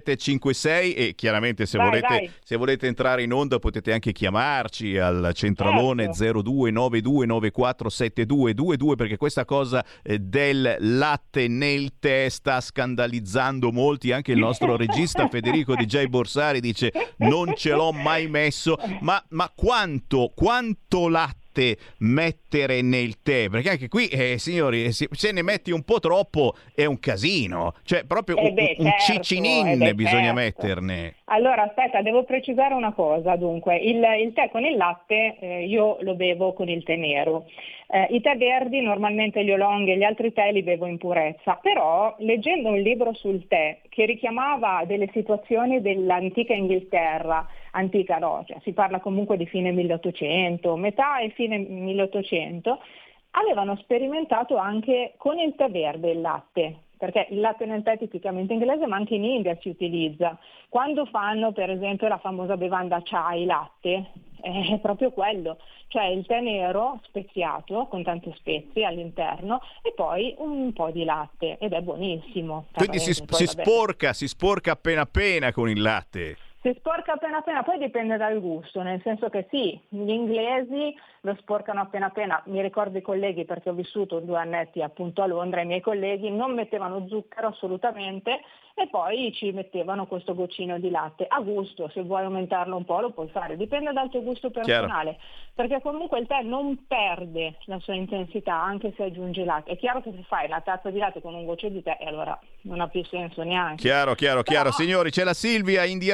7756 e chiaramente se volete entrare in onda potete anche chiamarci al centralone 0292947222 perché questa cosa del latte nel tè sta scandalizzando molti, anche il nostro regista Federico DJ Borsari dice non ce l'ho mai messo, ma quanto latte mettere nel tè? Perché anche qui, signori, se ne metti un po' troppo è un casino, cioè proprio un cicinin bisogna metterne. Allora aspetta, devo precisare una cosa, dunque il tè con il latte io lo bevo con il tè nero. I tè verdi normalmente gli oolong e gli altri tè li bevo in purezza, però leggendo un libro sul tè che richiamava delle situazioni dell'antica Inghilterra, antica no, cioè si parla comunque di fine 1800, metà e fine 1800, avevano sperimentato anche con il tè verde il latte. Perché il latte nel tè è tipicamente inglese, ma anche in India si utilizza. Quando fanno per esempio la famosa bevanda chai latte, è proprio quello, cioè il tè nero speziato con tante spezie all'interno e poi un po' di latte ed è buonissimo. Quindi si sporca appena con il latte. Si sporca appena, poi dipende dal gusto, nel senso che sì, gli inglesi lo sporcano appena. Mi ricordo i colleghi, perché ho vissuto 2 annetti appunto a Londra, i miei colleghi non mettevano zucchero assolutamente e poi ci mettevano questo goccino di latte a gusto. Se vuoi aumentarlo un po' lo puoi fare, dipende dal tuo gusto personale. Chiaro. Perché comunque il tè non perde la sua intensità anche se aggiungi latte. È chiaro che se fai una tazza di latte con un goccio di tè allora non ha più senso neanche. Chiaro. Signori, c'è la Silvia in diretta.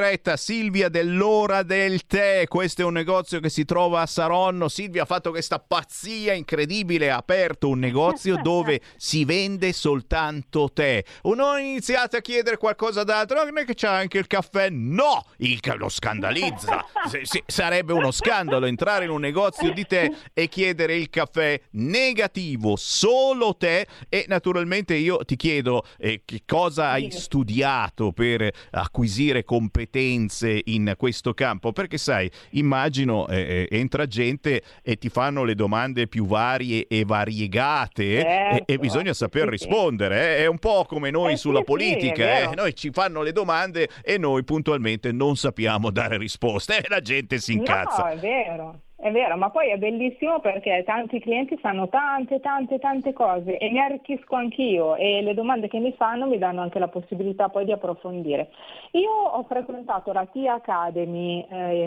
Silvia dell'Ora del Tè. Questo è un negozio che si trova a Saronno. Silvia ha fatto questa pazzia incredibile, ha aperto un negozio dove si vende soltanto tè. O non iniziate a chiedere qualcosa d'altro? Non è che c'è anche il caffè? No! Lo scandalizza. Sarebbe uno scandalo entrare in un negozio di tè e chiedere il caffè. Negativo, solo tè. E naturalmente io ti chiedo che cosa hai studiato per acquisire competenze in questo campo, perché sai, immagino entra gente e ti fanno le domande più varie e variegate, certo, e bisogna saper rispondere. È un po' come noi sulla politica, noi ci fanno le domande e noi puntualmente non sappiamo dare risposte e la gente si incazza. No, è vero, ma poi è bellissimo perché tanti clienti sanno tante cose e mi arricchisco anch'io, e le domande che mi fanno mi danno anche la possibilità poi di approfondire. Io ho frequentato la Tea Academy,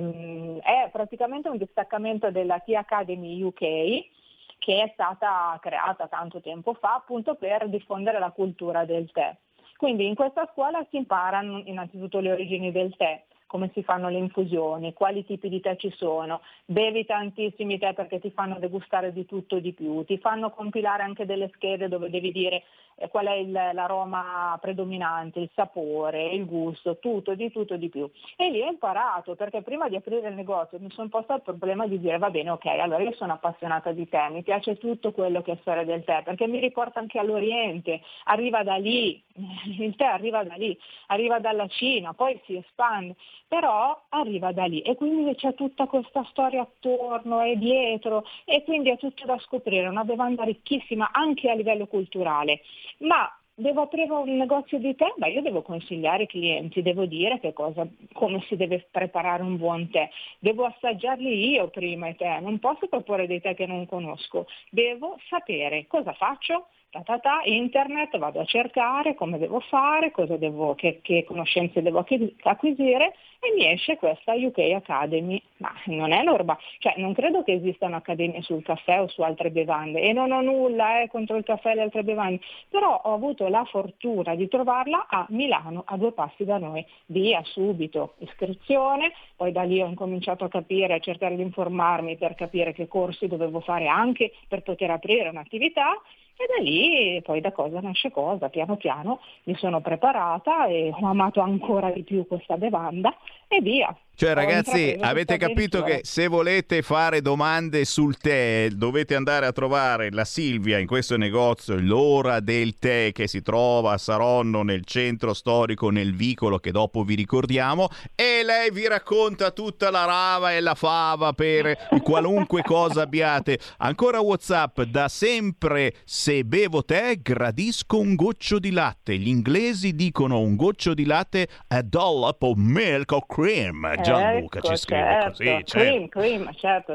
è praticamente un distaccamento della Tea Academy UK, che è stata creata tanto tempo fa appunto per diffondere la cultura del tè. Quindi in questa scuola si imparano innanzitutto le origini del tè, come si fanno le infusioni, quali tipi di tè ci sono, bevi tantissimi tè perché ti fanno degustare di tutto di più, ti fanno compilare anche delle schede dove devi dire qual è l'aroma predominante, il sapore, il gusto, tutto di più. E lì ho imparato, perché prima di aprire il negozio mi sono posta il problema di dire va bene, ok, allora io sono appassionata di tè, mi piace tutto quello che è storia del tè, perché mi riporta anche all'Oriente, arriva da lì, il tè arriva da lì, arriva dalla Cina, poi si espande, però arriva da lì e quindi c'è tutta questa storia attorno e dietro, e quindi è tutto da scoprire, una bevanda ricchissima anche a livello culturale. Ma devo aprire un negozio di tè? Io devo consigliare i clienti, devo dire come si deve preparare un buon tè, devo assaggiarli io prima i tè, non posso proporre dei tè che non conosco, devo sapere cosa faccio. Internet, vado a cercare come devo fare, che conoscenze devo acquisire, e mi esce questa UK Academy. Ma non è l'orba, non credo che esistano accademie sul caffè o su altre bevande, e non ho nulla contro il caffè e le altre bevande, però ho avuto la fortuna di trovarla a Milano, a 2 passi da noi. Via subito iscrizione, poi da lì ho incominciato a capire, a cercare di informarmi per capire che corsi dovevo fare anche per poter aprire un'attività. E da lì poi da cosa nasce cosa, piano piano mi sono preparata e ho amato ancora di più questa bevanda e via. Cioè ragazzi, avete capito che se volete fare domande sul tè dovete andare a trovare la Silvia in questo negozio, l'Ora del Tè, che si trova a Saronno nel centro storico, nel vicolo che dopo vi ricordiamo, e lei vi racconta tutta la rava e la fava per qualunque cosa abbiate. Ancora WhatsApp: da sempre se bevo tè gradisco un goccio di latte. Gli inglesi dicono un goccio di latte a dollop of milk or cream. Gianluca ci scrive così, cream, certo,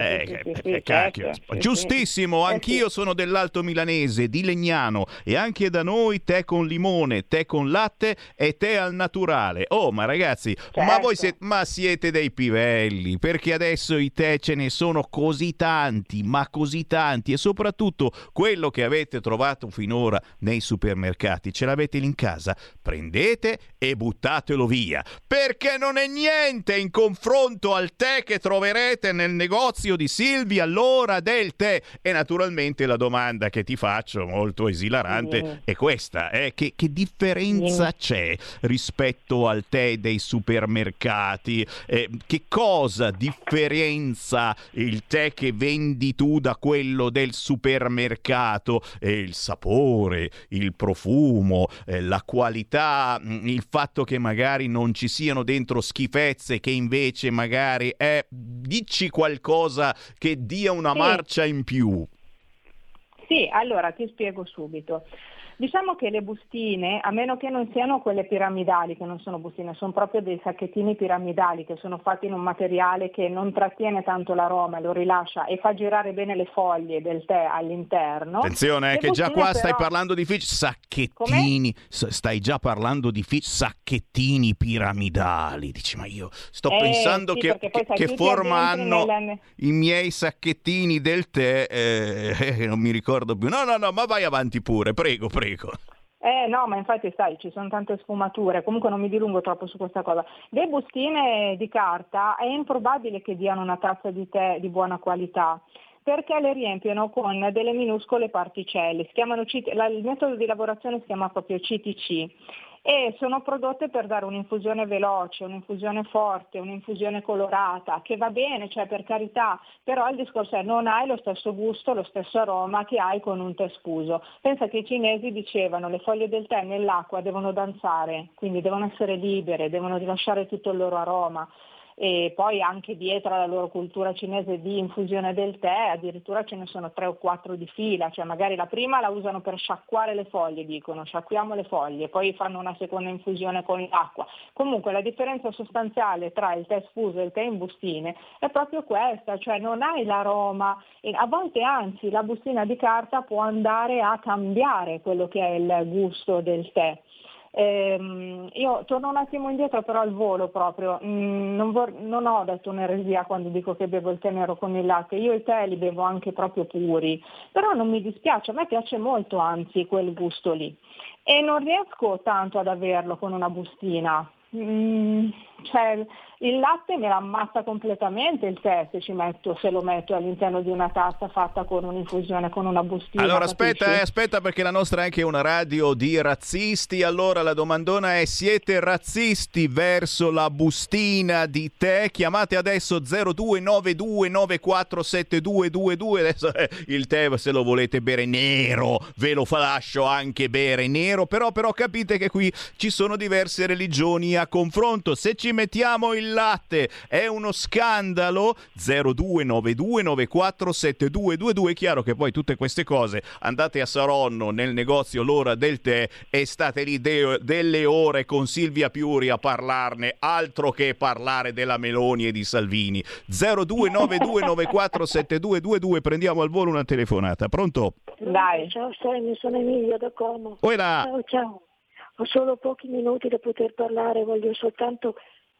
certo. Giustissimo, anch'io sono dell'Alto Milanese, di Legnano, e anche da noi tè con limone, tè con latte e tè al naturale. Oh, ma ragazzi, certo. ma voi siete dei pivelli, perché adesso i tè ce ne sono così tanti, ma così tanti, e soprattutto quello che avete trovato finora nei supermercati, ce l'avete lì in casa, prendete e buttatelo via, perché non è niente in confronto al tè che troverete nel negozio di Silvia, l'Ora del Tè. E naturalmente la domanda che ti faccio, molto esilarante, è questa: che differenza c'è rispetto al tè dei supermercati? Che cosa differenza il tè che vendi tu da quello del supermercato? Il sapore, il profumo, la qualità, il fatto che magari non ci siano dentro schifezze, che invece magari dici qualcosa che dia una marcia in più. Sì, allora ti spiego subito. Diciamo che le bustine, a meno che non siano quelle piramidali, che non sono bustine, sono proprio dei sacchettini piramidali che sono fatti in un materiale che non trattiene tanto l'aroma, lo rilascia e fa girare bene le foglie del tè all'interno. Attenzione, che già qua stai parlando di sacchettini, stai già parlando di sacchettini piramidali. Dici, ma io sto pensando che forma hanno i miei sacchettini del tè, non mi ricordo più. No, ma vai avanti pure, prego. No, ma infatti sai, ci sono tante sfumature, comunque non mi dilungo troppo su questa cosa. Le bustine di carta è improbabile che diano una tazza di tè di buona qualità, perché le riempiono con delle minuscole particelle, il metodo di lavorazione si chiama proprio CTC. E sono prodotte per dare un'infusione veloce, un'infusione forte, un'infusione colorata, che va bene, cioè per carità, però il discorso è non hai lo stesso gusto, lo stesso aroma che hai con un tè sfuso. Pensa che i cinesi dicevano le foglie del tè nell'acqua devono danzare, quindi devono essere libere, devono rilasciare tutto il loro aroma. E poi anche dietro alla loro cultura cinese di infusione del tè addirittura ce ne sono 3 o 4 di fila, cioè magari la prima la usano per sciacquare le foglie, dicono sciacquiamo le foglie, poi fanno una seconda infusione con l'acqua. Comunque la differenza sostanziale tra il tè sfuso e il tè in bustine è proprio questa, cioè non hai l'aroma, e a volte anzi la bustina di carta può andare a cambiare quello che è il gusto del tè. Io torno un attimo indietro però al volo proprio, non ho detto un'eresia quando dico che bevo il tè nero con il latte, io i tè li bevo anche proprio puri, però non mi dispiace, a me piace molto anzi quel gusto lì e non riesco tanto ad averlo con una bustina. Cioè il latte me la ammazza completamente il tè se lo metto all'interno di una tazza fatta con un'infusione, con una bustina. Allora aspetta perché la nostra è anche una radio di razzisti. Allora la domandona è: siete razzisti verso la bustina di tè? Chiamate adesso 0292947222. Adesso il tè se lo volete bere nero ve lo lascio anche bere nero, però capite che qui ci sono diverse religioni a confronto. Se ci mettiamo il latte è uno scandalo. 0292947222. È chiaro che poi tutte queste cose andate a Saronno nel negozio L'Ora del Tè e state lì delle ore con Silvia Piuri a parlarne, altro che parlare della Meloni e di Salvini. 0292947222. Prendiamo al volo una telefonata. Pronto? Dai. Ciao Sammy, sono Emilia da Como. Ciao. Ho solo pochi minuti da poter parlare, voglio soltanto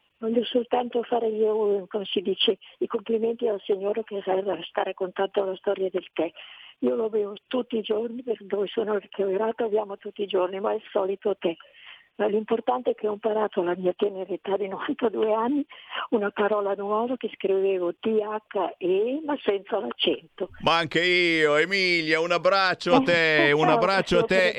fare io, come si dice, i complimenti al signore che sta raccontando la storia del tè. Io lo bevo tutti i giorni, per dove sono ricoverato abbiamo tutti i giorni, ma è il solito tè. Ma l'importante è che ho imparato alla mia tenera età di 92 anni una parola nuova che scrivevo THE ma senza l'accento. Ma anche io, Emilia, un abbraccio a te, un abbraccio a te.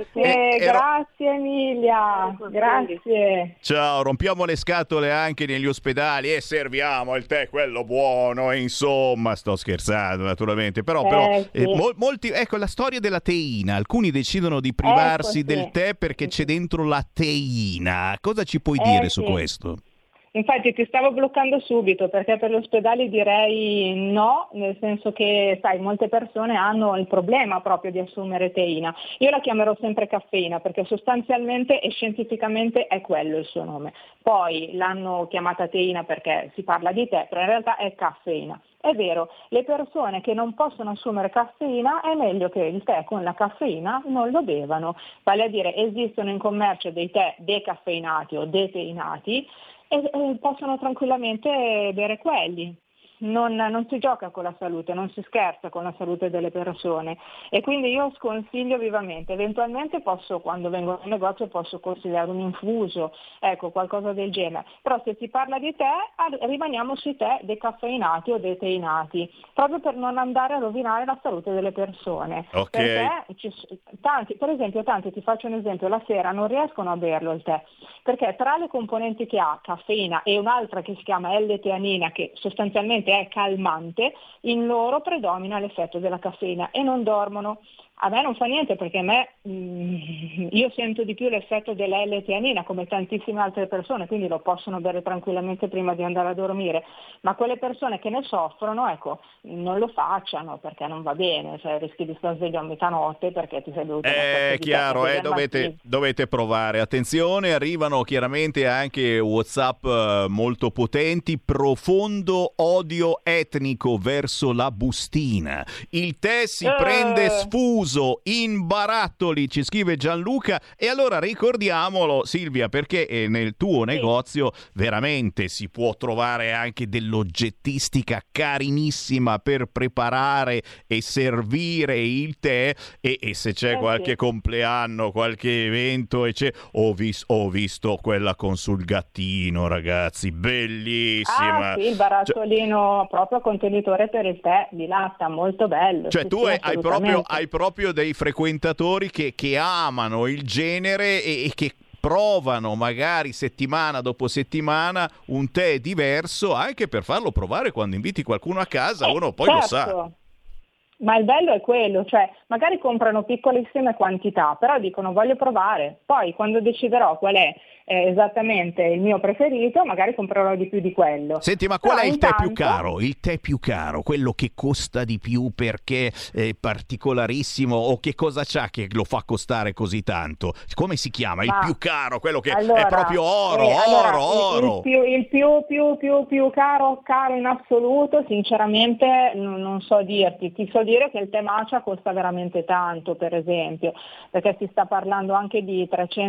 Grazie Emilia, grazie. Ciao, rompiamo le scatole anche negli ospedali e serviamo il tè, quello buono, insomma, sto scherzando naturalmente, però molti, ecco la storia della teina, alcuni decidono di privarsi del tè perché c'è dentro la teina. Cosa ci puoi dire su questo? Infatti ti stavo bloccando subito perché per gli ospedali direi no, nel senso che sai molte persone hanno il problema proprio di assumere teina. Io la chiamerò sempre caffeina perché sostanzialmente e scientificamente è quello il suo nome. Poi l'hanno chiamata teina perché si parla di tè, però in realtà è caffeina. È vero, le persone che non possono assumere caffeina è meglio che il tè con la caffeina non lo bevano. Vale a dire, esistono in commercio dei tè decaffeinati o deteinati e possono tranquillamente bere quelli. Non si gioca con la salute, non si scherza con la salute delle persone e quindi io sconsiglio vivamente, eventualmente quando vengo al negozio posso consigliare un infuso, ecco qualcosa del genere, però se si parla di tè rimaniamo sui tè decaffeinati o deteinati, proprio per non andare a rovinare la salute delle persone. Okay. Perché tanti, ti faccio un esempio, la sera non riescono a berlo il tè, perché tra le componenti che ha caffeina e un'altra che si chiama L-teanina che sostanzialmente è calmante, in loro predomina l'effetto della caffeina e non dormono. A me non fa niente perché io sento di più l'effetto della L-teanina come tantissime altre persone, quindi lo possono bere tranquillamente prima di andare a dormire, ma quelle persone che ne soffrono, ecco, non lo facciano perché non va bene, cioè rischi di stare sveglio a metanotte perché ti sei dovuto... È chiaro, dovete provare. Attenzione, arrivano chiaramente anche WhatsApp molto potenti. Profondo odio etnico verso la bustina. Il tè si prende sfuso chiuso in barattoli, ci scrive Gianluca. E allora ricordiamolo, Silvia, perché nel tuo negozio veramente si può trovare anche dell'oggettistica carinissima per preparare e servire il tè, e se c'è qualche compleanno, qualche evento, ho visto quella con sul gattino, ragazzi, bellissima. Sì, il barattolino proprio contenitore per il tè di latta, molto bello. Cioè tu hai proprio dei frequentatori che amano il genere e che provano magari settimana dopo settimana un tè diverso, anche per farlo provare quando inviti qualcuno a casa, uno poi lo sa. Ma il bello è quello, cioè magari comprano piccolissime quantità, però dicono voglio provare, poi quando deciderò qual è esattamente il mio preferito, magari comprerò di più di quello. Senti, ma qual è il tè più caro? Il tè più caro, quello che costa di più perché è particolarissimo, o che cosa c'ha che lo fa costare così tanto? Come si chiama? Il più caro, quello che è proprio oro. Il più caro in assoluto, sinceramente non so dirti. Ti so dire che il tè matcha costa veramente tanto, per esempio, perché si sta parlando anche di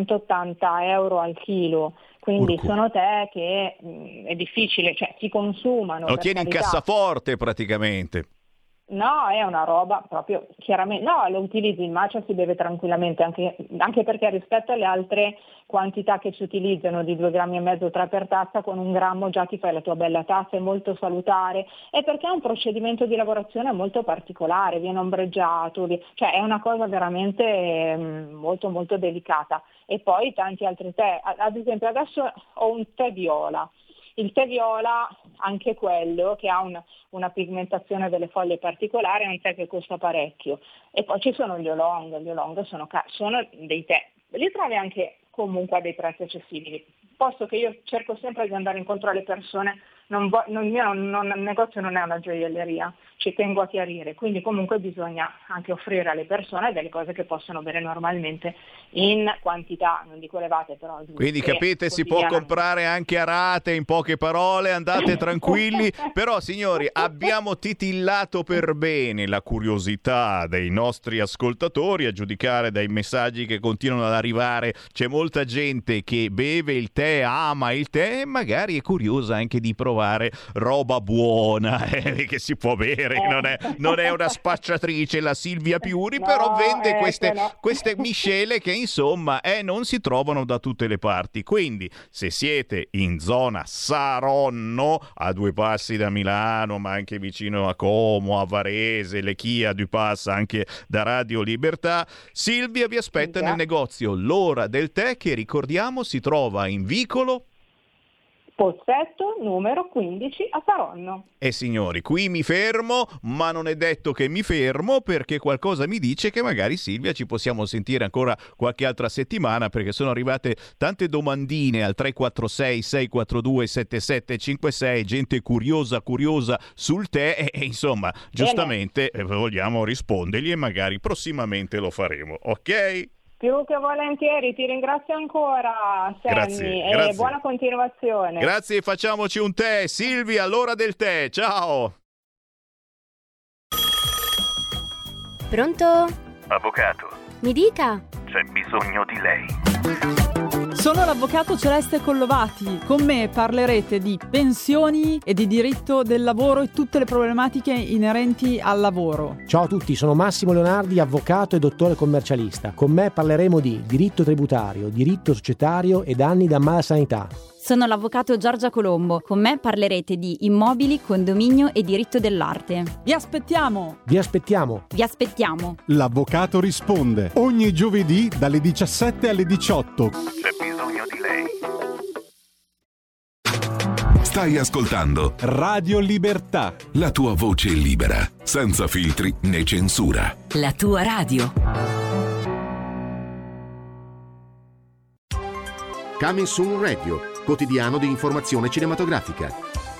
380 euro al chilo, quindi sono tè che è difficile, cioè si consumano. Lo tieni in cassaforte praticamente. No, è una roba proprio chiaramente, no, lo utilizzi, il matcha si beve tranquillamente, anche perché rispetto alle altre quantità che si utilizzano di 2,5 grammi, 3 per tazza, con 1 grammo già ti fai la tua bella tazza, è molto salutare, e perché è un procedimento di lavorazione molto particolare, viene ombreggiato, cioè è una cosa veramente molto molto delicata. E poi tanti altri tè, ad esempio adesso ho un tè viola. Il tè viola, anche quello che ha una pigmentazione delle foglie particolare, è un tè che costa parecchio. E poi ci sono gli oolong sono dei tè, li trovi anche comunque a dei prezzi accessibili. Posto che io cerco sempre di andare incontro alle persone, il mio negozio non è una gioielleria, ci tengo a chiarire, quindi comunque bisogna anche offrire alle persone delle cose che possono bere normalmente in quantità, non dico elevate, però quindi capite, si può comprare anche a rate, in poche parole, andate tranquilli. Però signori, abbiamo titillato per bene la curiosità dei nostri ascoltatori, a giudicare dai messaggi che continuano ad arrivare. C'è molta gente che beve il tè, ama il tè e magari è curiosa anche di provare roba buona che si può bere. Non è una spacciatrice la Silvia Piuri, però vende queste miscele che insomma non si trovano da tutte le parti. Quindi se siete in zona Saronno, a 2 passi da Milano, ma anche vicino a Como, a Varese, Lechia, 2 passi anche da Radio Libertà, Silvia vi aspetta nel negozio L'Ora del Tè, che ricordiamo si trova in vicolo Pozzetto numero 15 a Saronno. E signori, qui mi fermo, ma non è detto che mi fermo, perché qualcosa mi dice che magari Silvia ci possiamo sentire ancora qualche altra settimana, perché sono arrivate tante domandine al 346 642 7756, gente curiosa sul tè e insomma, giustamente vogliamo rispondergli e magari prossimamente lo faremo, ok? Più che volentieri, ti ringrazio ancora, Sammy, e buona continuazione. Grazie, facciamoci un tè. Silvia, L'Ora del Tè, ciao! Pronto? Avvocato. Mi dica. C'è bisogno di lei. Sono l'avvocato Celeste Collovati. Con me parlerete di pensioni e di diritto del lavoro e tutte le problematiche inerenti al lavoro. Ciao a tutti, sono Massimo Leonardi, avvocato e dottore commercialista. Con me parleremo di diritto tributario, diritto societario e danni da malasanità. Sono l'avvocato Giorgia Colombo. Con me parlerete di immobili, condominio e diritto dell'arte. Vi aspettiamo! Vi aspettiamo! Vi aspettiamo! L'avvocato risponde ogni giovedì dalle 17 alle 18. C'è bisogno di lei. Stai ascoltando Radio Libertà. La tua voce libera, senza filtri né censura. La tua radio. Coming Soon Radio, quotidiano di informazione cinematografica.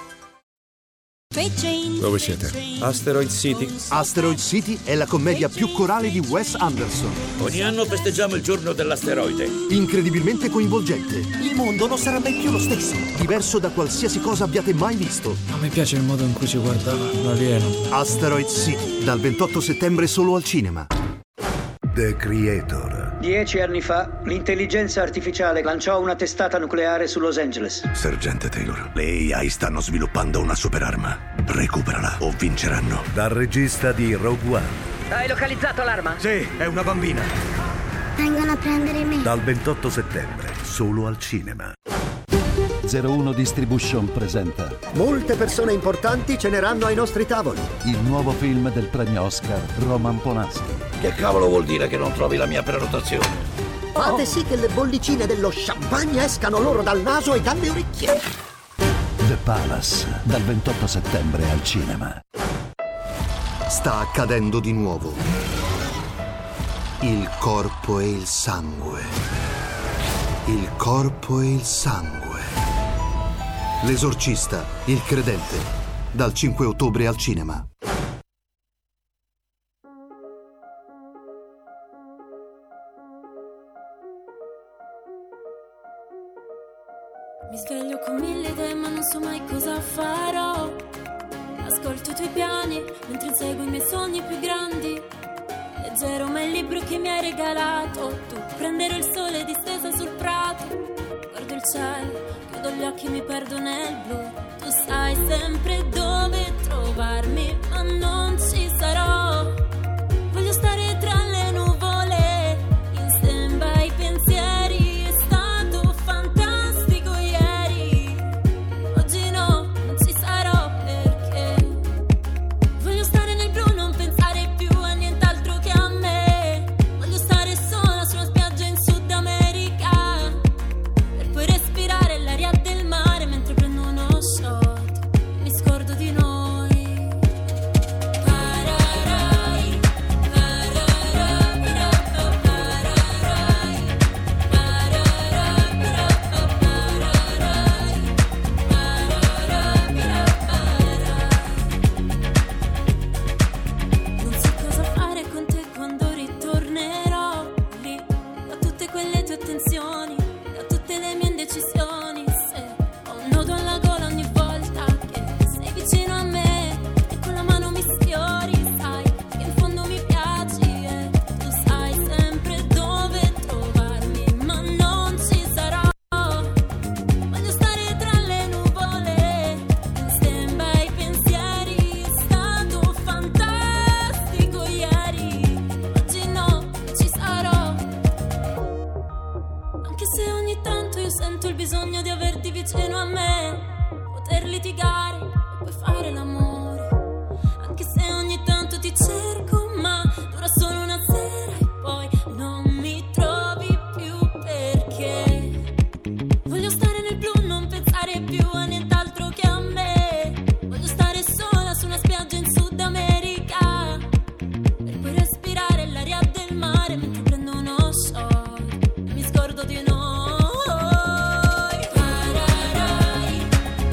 Dove siete? Asteroid City. Asteroid City è la commedia più corale di Wes Anderson. Ogni anno festeggiamo il giorno dell'asteroide. Incredibilmente coinvolgente. Il mondo non sarà mai più lo stesso. Diverso da qualsiasi cosa abbiate mai visto. A me piace il modo in cui si guarda l'alieno. Asteroid City, dal 28 settembre solo al cinema. The Creator. 10 anni fa, l'intelligenza artificiale lanciò una testata nucleare su Los Angeles. Sergente Taylor, le AI stanno sviluppando una superarma. Recuperala o vinceranno. Dal regista di Rogue One. Hai localizzato l'arma? Sì, è una bambina. Vengono a prendere me. Dal 28 settembre, solo al cinema. 01 Distribution presenta Molte persone importanti ceneranno ai nostri tavoli. il nuovo film del premio Oscar Roman Polanski. Che cavolo vuol dire che non trovi la mia prenotazione? Fate sì che le bollicine dello champagne escano loro dal naso e dalle orecchie. The Palace, dal 28 settembre al cinema. Sta accadendo di nuovo. Il corpo e il sangue. Il corpo e il sangue. L'esorcista, il credente, dal 5 ottobre al cinema. Mi sveglio con 1000 idee ma non so mai cosa farò. Ascolto i tuoi piani mentre inseguo i miei sogni più grandi. Leggerò mai il libro che mi hai regalato. Tu prenderò il sole distesa sul prato. Guardo il cielo, chiudo gli occhi e mi perdo nel blu. Tu sai sempre dove trovarmi ma non ci sarò. Voglio stare tra le nuvole in stand-by ai pensieri. È stato fantastico ieri. Oggi no, non ci sarò perché voglio stare nel blu, non pensare più a nient'altro che a me. Voglio stare sola su una spiaggia in Sud America per poi respirare l'aria del mare mentre prendo uno shot e mi scordo di noi. Pararai, non so cosa fare con te quando ritornerò lì, da tutte quelle tue attenzioni, da tutte le mie indecisioni. Se ho un nodo alla gola ogni volta che sei vicino a me e con la mano mi sfiori, sai che in fondo mi piaci e tu sai sempre dove trovarmi, ma non ci sarò. Voglio stare tra le nuvole in stand-by ai pensieri. È stato fantastico ieri. Oggi no, non ci sarò. Anche se ogni tanto io sento il bisogno di averti vicino a me, poter litigare e poi fare l'amore. Anche se ogni tanto ti cerco ma dura solo una sera e poi non mi trovi più perché voglio stare nel blu, non pensare più a nient'altro che a me. Voglio stare sola su una spiaggia in Sud America per poi respirare l'aria del mare mentre prendo uno shot e mi scordo di noi. Pararai,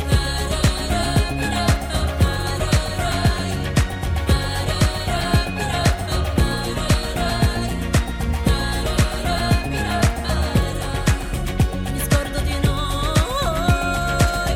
mi scordo di noi.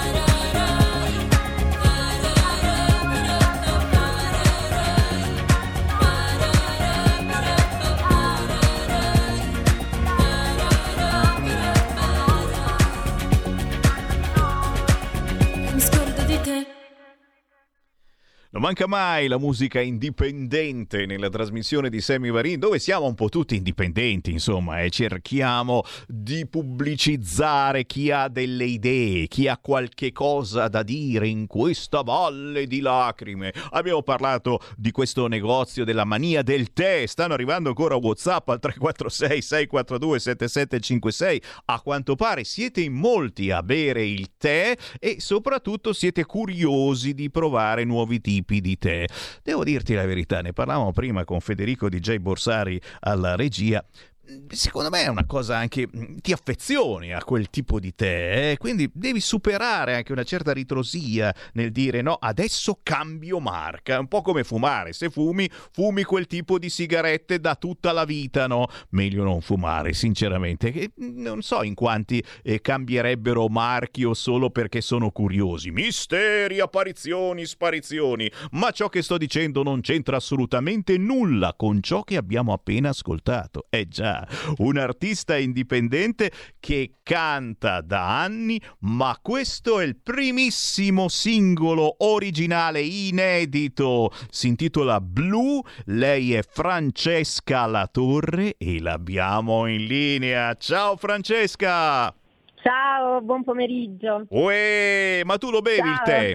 Mi scordo di te. Non manca mai la musica indipendente nella trasmissione di Sammy Varin, dove siamo un po' tutti indipendenti, insomma, e cerchiamo di pubblicizzare chi ha delle idee, chi ha qualche cosa da dire in questa valle di lacrime. Abbiamo parlato di questo negozio della mania del tè, stanno arrivando ancora WhatsApp al 346 642 7756. A quanto pare siete in molti a bere il tè e soprattutto siete curiosi di provare nuovi tipi di tè. Devo dirti la verità, ne parlavamo prima con Federico DJ Borsari alla regia. secondo me è una cosa anche, ti affezioni a quel tipo di te, quindi devi superare anche una certa ritrosia nel dire no, adesso cambio marca, è un po' come fumare, se fumi quel tipo di sigarette da tutta la vita, no? Meglio non fumare, sinceramente, che non so in quanti cambierebbero marchio solo perché sono curiosi, misteri, apparizioni, sparizioni, ma ciò che sto dicendo non c'entra assolutamente nulla con ciò che abbiamo appena ascoltato, già. Un artista indipendente che canta da anni, ma questo è il primissimo singolo originale inedito. Si intitola Blue, lei è Francesca Latorre e l'abbiamo in linea. Ciao Francesca! Ciao, buon pomeriggio. Uè, ma tu lo bevi il tè?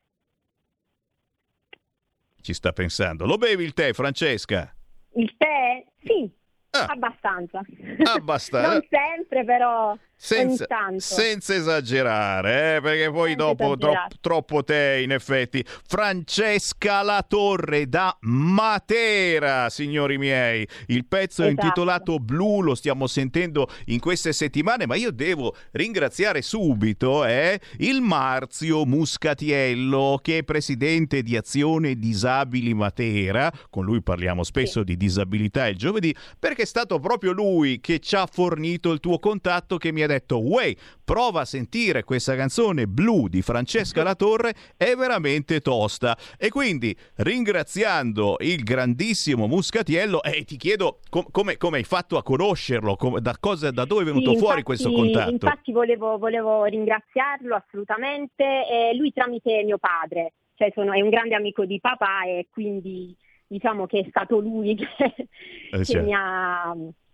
Ci sta pensando. Lo bevi il tè, Francesca? Il tè? Sì. Abbastanza. Non sempre, però ogni tanto. Senza esagerare, perché poi dopo troppo tè, in effetti. Francesca Latorre da Matera, signori miei. Il pezzo è intitolato Blu, lo stiamo sentendo in queste settimane, ma io devo ringraziare subito il Marzio Muscatiello, che è presidente di Azione Disabili Matera. Con lui parliamo spesso di disabilità il giovedì, perché è stato proprio lui che ci ha fornito il tuo contatto, che mi ha detto "Uè, prova a sentire questa canzone Blu di Francesca Latorre, è veramente tosta". E quindi, ringraziando il grandissimo Muscatiello, ti chiedo come hai fatto a conoscerlo, da dove è venuto fuori questo contatto? Infatti volevo ringraziarlo assolutamente, lui tramite mio padre, cioè è un grande amico di papà, e quindi diciamo che è stato lui che mi ha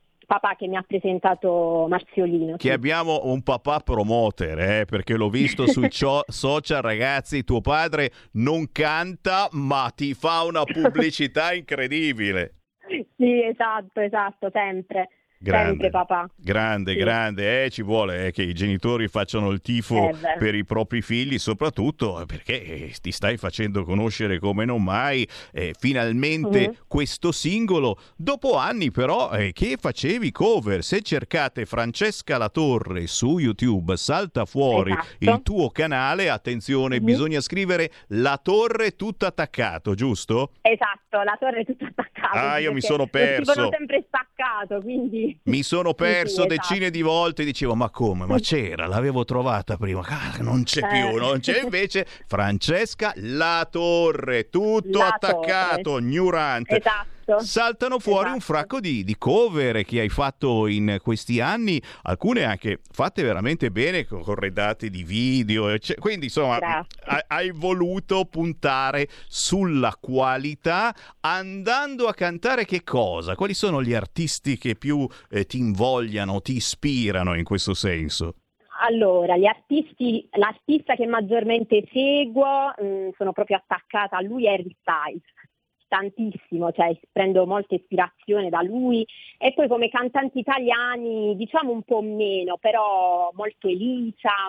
presentato Marziolino. Che abbiamo un papà promoter, perché l'ho visto sui social, ragazzi, tuo padre non canta, ma ti fa una pubblicità incredibile. Sì, esatto, sempre. Sempre papà. Grande, ci vuole che i genitori facciano il tifo per i propri figli, soprattutto perché ti stai facendo conoscere come non mai, finalmente questo singolo, dopo anni però che facevi cover. Se cercate Francesca Latorre su YouTube salta fuori il tuo canale, attenzione, bisogna scrivere Latorre tutto attaccato, giusto? Esatto, Latorre tutto attaccato. Io mi sono perso. Lo sempre staccato, quindi... Mi sono perso decine di volte, dicevo ma come? Ma c'era, l'avevo trovata prima, non c'è più, non c'è. Invece Francesca Latorre, tutto attaccato, ignorante. Saltano fuori un fracco di cover che hai fatto in questi anni, alcune anche fatte veramente bene, con corredati di video, quindi insomma hai voluto puntare sulla qualità, andando a cantare che cosa? Quali sono gli artisti che più ti invogliano, ti ispirano in questo senso? Allora, l'artista che maggiormente seguo, sono proprio attaccata a lui, è Harry Styles. Tantissimo, cioè prendo molta ispirazione da lui, e poi come cantanti italiani diciamo un po' meno, però molto Elisa,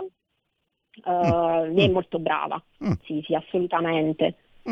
lei è molto brava, sì, assolutamente.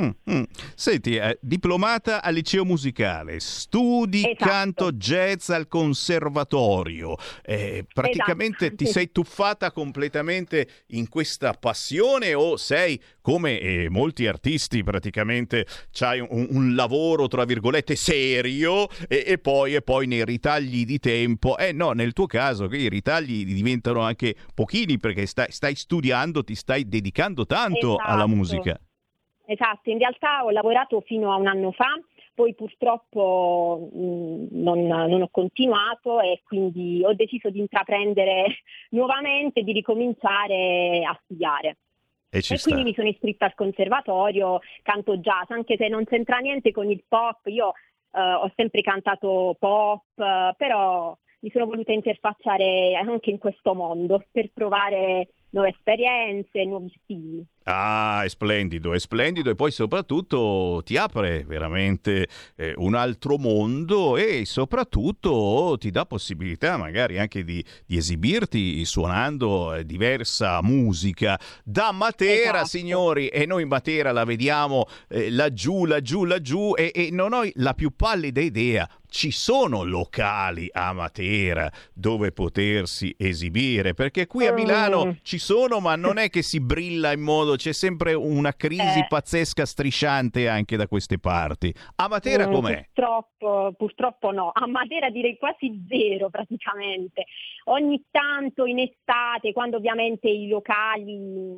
Senti, diplomata al liceo musicale, studi canto jazz al conservatorio, praticamente ti sei tuffata completamente in questa passione, o sei come molti artisti praticamente c'hai un lavoro tra virgolette serio e poi nei ritagli di tempo? No, nel tuo caso i ritagli diventano anche pochini, perché stai studiando, ti stai dedicando tanto alla musica. Esatto, in realtà ho lavorato fino a un anno fa, poi purtroppo non ho continuato, e quindi ho deciso di intraprendere nuovamente, di ricominciare a studiare. E quindi mi sono iscritta al conservatorio, canto jazz, anche se non c'entra niente con il pop. Io ho sempre cantato pop, però mi sono voluta interfacciare anche in questo mondo per provare nuove esperienze, nuovi stili. Ah, è splendido e poi soprattutto ti apre veramente un altro mondo e soprattutto ti dà possibilità magari anche di esibirti suonando diversa musica. Da Matera, esatto. Signori, e noi Matera la vediamo laggiù e non ho la più pallida idea. Ci sono locali a Matera dove potersi esibire, perché qui a Milano ci sono, ma non è che si brilla in modo, c'è sempre una crisi pazzesca strisciante anche da queste parti. A Matera com'è? Purtroppo no, a Matera direi quasi zero praticamente. Ogni tanto in estate, quando ovviamente i locali,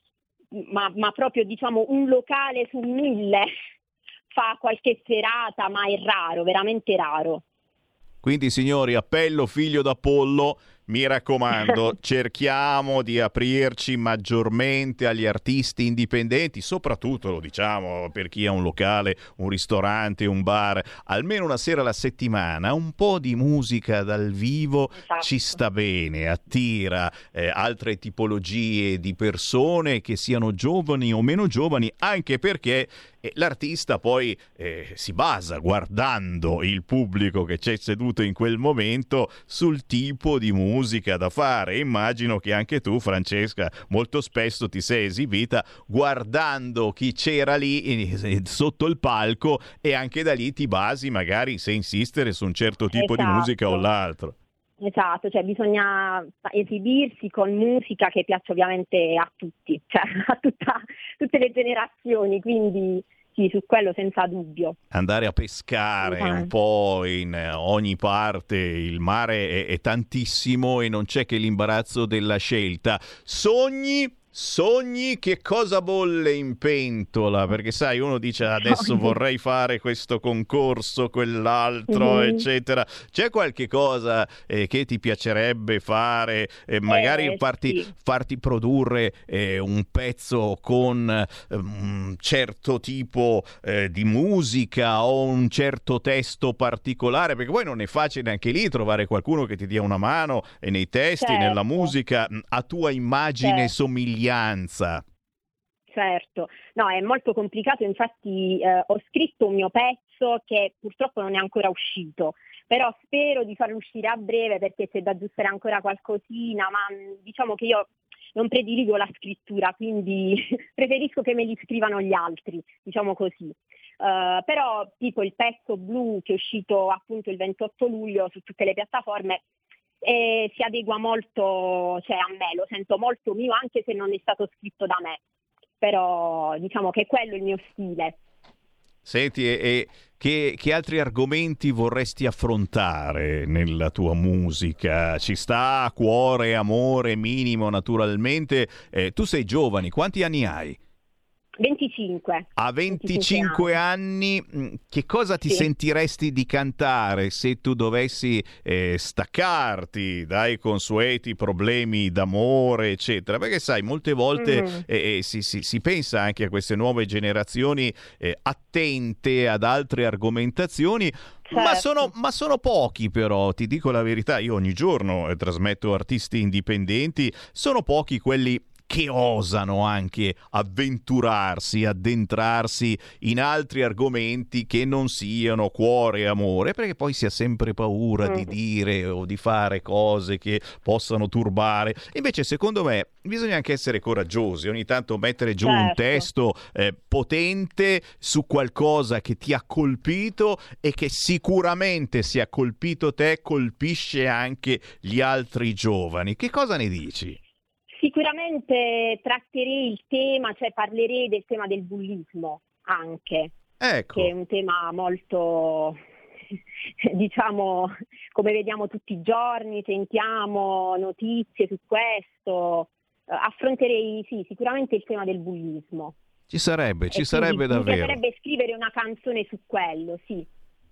ma proprio diciamo un locale su 1000 fa qualche serata, ma è raro, veramente raro. Quindi signori, appello figlio d'Apollo, mi raccomando, cerchiamo di aprirci maggiormente agli artisti indipendenti, soprattutto lo diciamo per chi ha un locale, un ristorante, un bar, almeno una sera alla settimana, un po' di musica dal vivo ci sta bene, attira altre tipologie di persone che siano giovani o meno giovani, anche perché l'artista poi si basa guardando il pubblico che c'è seduto in quel momento sul tipo di musica da fare. Immagino che anche tu, Francesca, molto spesso ti sei esibita guardando chi c'era lì sotto il palco e anche da lì ti basi magari se insistere su un certo tipo di musica o l'altro. Esatto, cioè bisogna esibirsi con musica che piace ovviamente a tutti, cioè a tutte le generazioni, quindi sì, su quello senza dubbio. Andare a pescare un po' in ogni parte, il mare è tantissimo e non c'è che l'imbarazzo della scelta. Sogni, che cosa bolle in pentola? Perché sai, uno dice adesso vorrei fare questo concorso, quell'altro, eccetera. C'è qualche cosa che ti piacerebbe fare? Magari farti produrre un pezzo con un certo tipo di musica o un certo testo particolare? Perché poi non è facile anche lì trovare qualcuno che ti dia una mano nei testi, nella musica, a tua immagine somiglianza. Certo, no, è molto complicato, infatti ho scritto un mio pezzo che purtroppo non è ancora uscito, però spero di farlo uscire a breve perché c'è da aggiustare ancora qualcosina, ma diciamo che io non prediligo la scrittura, quindi preferisco che me li scrivano gli altri, diciamo così. Però tipo il pezzo blu che è uscito appunto il 28 luglio su tutte le piattaforme si adegua molto, cioè a me, lo sento molto mio anche se non è stato scritto da me, però diciamo che quello è il mio stile. Senti, e che altri argomenti vorresti affrontare nella tua musica? Ci sta cuore, amore, minimo naturalmente. Tu sei giovane, quanti anni hai? 25. A 25 anni, che cosa ti sentiresti di cantare se tu dovessi staccarti dai consueti problemi d'amore, eccetera? Perché sai, molte volte si pensa anche a queste nuove generazioni attente ad altre argomentazioni. Certo. Ma sono pochi, però, ti dico la verità, io ogni giorno trasmetto artisti indipendenti, sono pochi quelli che osano anche avventurarsi, addentrarsi in altri argomenti che non siano cuore e amore, perché poi si ha sempre paura di dire o di fare cose che possano turbare. Invece, secondo me, bisogna anche essere coraggiosi, ogni tanto mettere giù un testo potente su qualcosa che ti ha colpito e che sicuramente, se ha colpito te, colpisce anche gli altri giovani. Che cosa ne dici? Sicuramente tratterei il tema, cioè parlerei del tema del bullismo anche, che è un tema molto, diciamo, come vediamo tutti i giorni, sentiamo notizie su questo, affronterei sicuramente il tema del bullismo. Ci sarebbe davvero. Mi piacerebbe scrivere una canzone su quello, sì.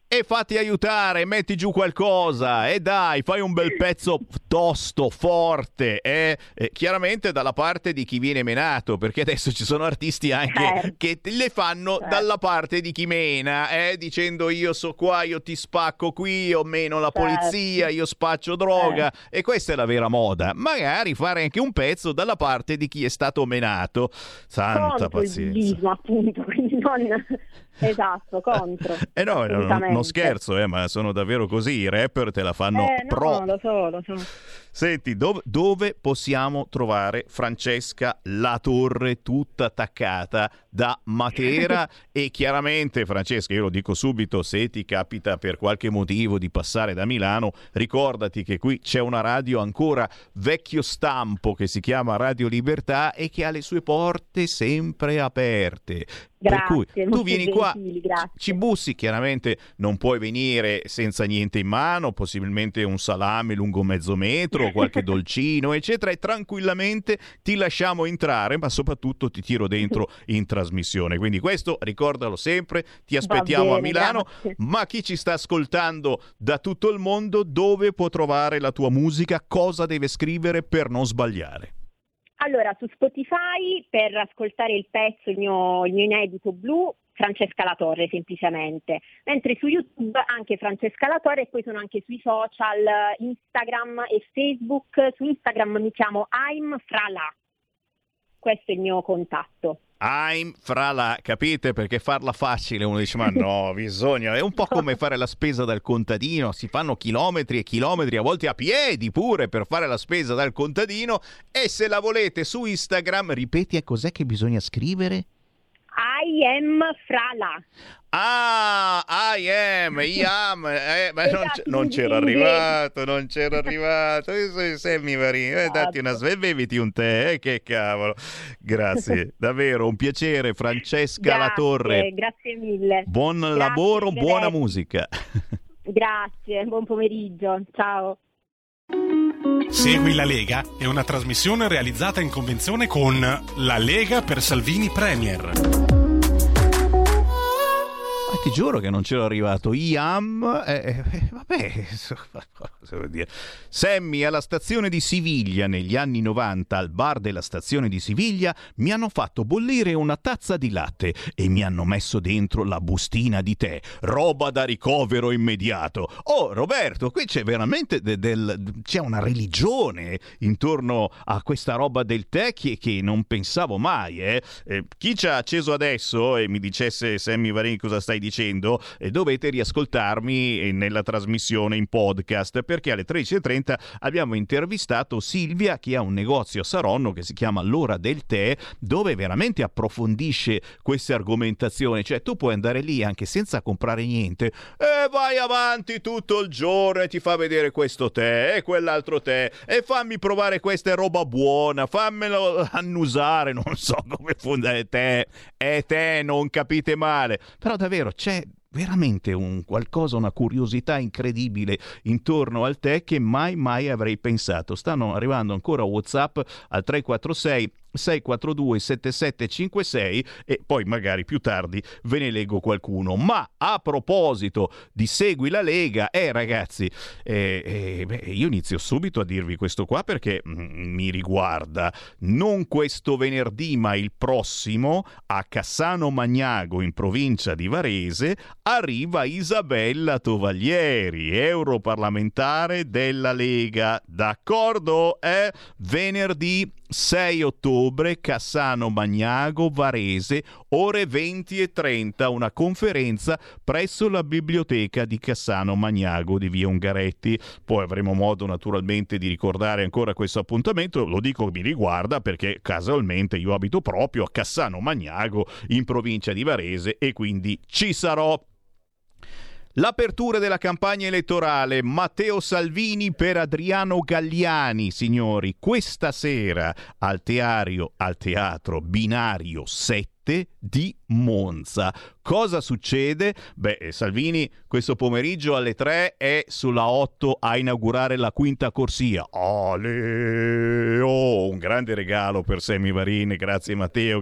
e fatti aiutare, metti giù qualcosa e dai, fai un bel pezzo tosto, forte, chiaramente dalla parte di chi viene menato, perché adesso ci sono artisti anche che le fanno dalla parte di chi mena, dicendo io so qua, io ti spacco qui, io meno la polizia, io spaccio droga, e questa è la vera moda. Magari fare anche un pezzo dalla parte di chi è stato menato. Santa pazienza. Il bullismo, appunto, quindi non... Esatto, contro. No, non scherzo, ma sono davvero così, i rapper te la fanno pro. No, lo so. Senti, dove possiamo trovare Francesca La Torre tutta attaccata da Matera? E chiaramente, Francesca, io lo dico subito, se ti capita per qualche motivo di passare da Milano, ricordati che qui c'è una radio ancora vecchio stampo che si chiama Radio Libertà e che ha le sue porte sempre aperte. Grazie, per cui tu vieni qua, grazie. ci bussi, chiaramente non puoi venire senza niente in mano, possibilmente un salame lungo mezzo metro, qualche dolcino, eccetera, e tranquillamente ti lasciamo entrare, ma soprattutto ti tiro dentro in trasmissione. Quindi questo ricordalo sempre, ti aspettiamo a Milano, grazie. Ma chi ci sta ascoltando da tutto il mondo, dove può trovare la tua musica? Cosa deve scrivere per non sbagliare? Allora, su Spotify per ascoltare il pezzo, il mio inedito blu, Francesca La Torre semplicemente, mentre su YouTube anche Francesca La Torre, e poi sono anche sui social, Instagram e Facebook. Su Instagram mi chiamo I'm Fra La, questo è il mio contatto. I'm Fra La, capite? Perché farla facile uno dice ma no, bisogna, è un po' come fare la spesa dal contadino, si fanno chilometri e chilometri, a volte a piedi pure, per fare la spesa dal contadino. E se la volete su Instagram, ripeti a cos'è che bisogna scrivere? I am Fra La. I am, ma non c'era arrivato. Sammy Varin, datti una beviti un tè, che cavolo. Grazie, davvero un piacere, Francesca La Torre. Grazie mille. Buon lavoro, buona musica. Grazie, buon pomeriggio, ciao. Segui la Lega è una trasmissione realizzata in convenzione con La Lega per Salvini Premier. Ti giuro che non c'ero arrivato. Vabbè, cosa dire. Sammy, alla stazione di Siviglia negli anni 90, al bar della stazione di Siviglia, mi hanno fatto bollire una tazza di latte e mi hanno messo dentro la bustina di tè. Roba da ricovero immediato. Oh, Roberto, qui c'è veramente c'è una religione intorno a questa roba del tè che non pensavo mai. Chi ci ha acceso adesso e mi dicesse, Sammy Varin, cosa stai dicendo? Dovete riascoltarmi nella trasmissione in podcast, perché alle 13:30 abbiamo intervistato Silvia, che ha un negozio a Saronno che si chiama L'Ora del Tè, dove veramente approfondisce queste argomentazioni. Cioè tu puoi andare lì anche senza comprare niente e vai avanti tutto il giorno e ti fa vedere questo tè e quell'altro tè e fammi provare questa roba buona, fammelo annusare, non so come fonda il tè, è tè, non capite male, però davvero c'è veramente un qualcosa, una curiosità incredibile intorno al tè che mai avrei pensato. Stanno arrivando ancora WhatsApp al 346 642 7756 e poi magari più tardi ve ne leggo qualcuno. Ma a proposito di Segui la Lega, ragazzi, io inizio subito a dirvi questo qua perché mi riguarda. Non questo venerdì ma il prossimo, a Cassano Magnago in provincia di Varese arriva Isabella Tovaglieri, europarlamentare della Lega. D'accordo? Venerdì 6 ottobre, Cassano Magnago, Varese, ore 20:30, una conferenza presso la biblioteca di Cassano Magnago di via Ungaretti. Poi avremo modo naturalmente di ricordare ancora questo appuntamento, lo dico mi riguarda perché casualmente io abito proprio a Cassano Magnago in provincia di Varese e quindi ci sarò. L'apertura della campagna elettorale, Matteo Salvini per Adriano Galliani, signori, questa sera al teatro Binario 7 di Monza. Cosa succede? Beh, Salvini questo pomeriggio alle 3 è sulla 8 a inaugurare la quinta corsia. Un grande regalo per Sammy Varin, grazie Matteo.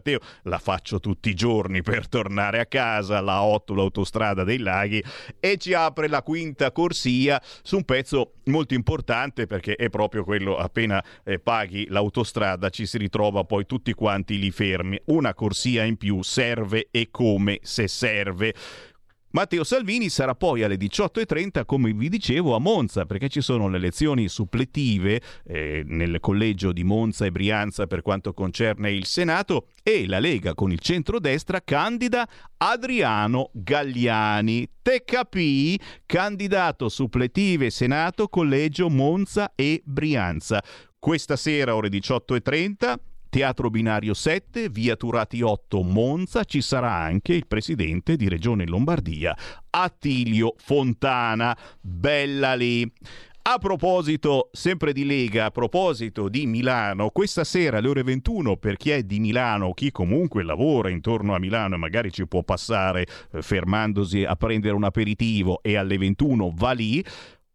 La faccio tutti i giorni per tornare a casa, la 8, l'autostrada dei laghi, e ci apre la quinta corsia su un pezzo molto importante, perché è proprio quello, appena paghi l'autostrada ci si ritrova poi tutti quanti lì fermi. Una corsia in più serve, e come se serve. Matteo Salvini sarà poi alle 18:30, come vi dicevo, a Monza, perché ci sono le elezioni suppletive nel collegio di Monza e Brianza per quanto concerne il Senato, e la Lega con il centrodestra candida Adriano Galliani, te capì, candidato suppletive Senato, collegio Monza e Brianza. Questa sera ore 18:30, Teatro Binario 7, via Turati 8, Monza, ci sarà anche il presidente di Regione Lombardia, Attilio Fontana. Bella lì. A proposito, sempre di Lega, a proposito di Milano, questa sera alle ore 21, per chi è di Milano o chi comunque lavora intorno a Milano e magari ci può passare fermandosi a prendere un aperitivo, e alle 21 va lì,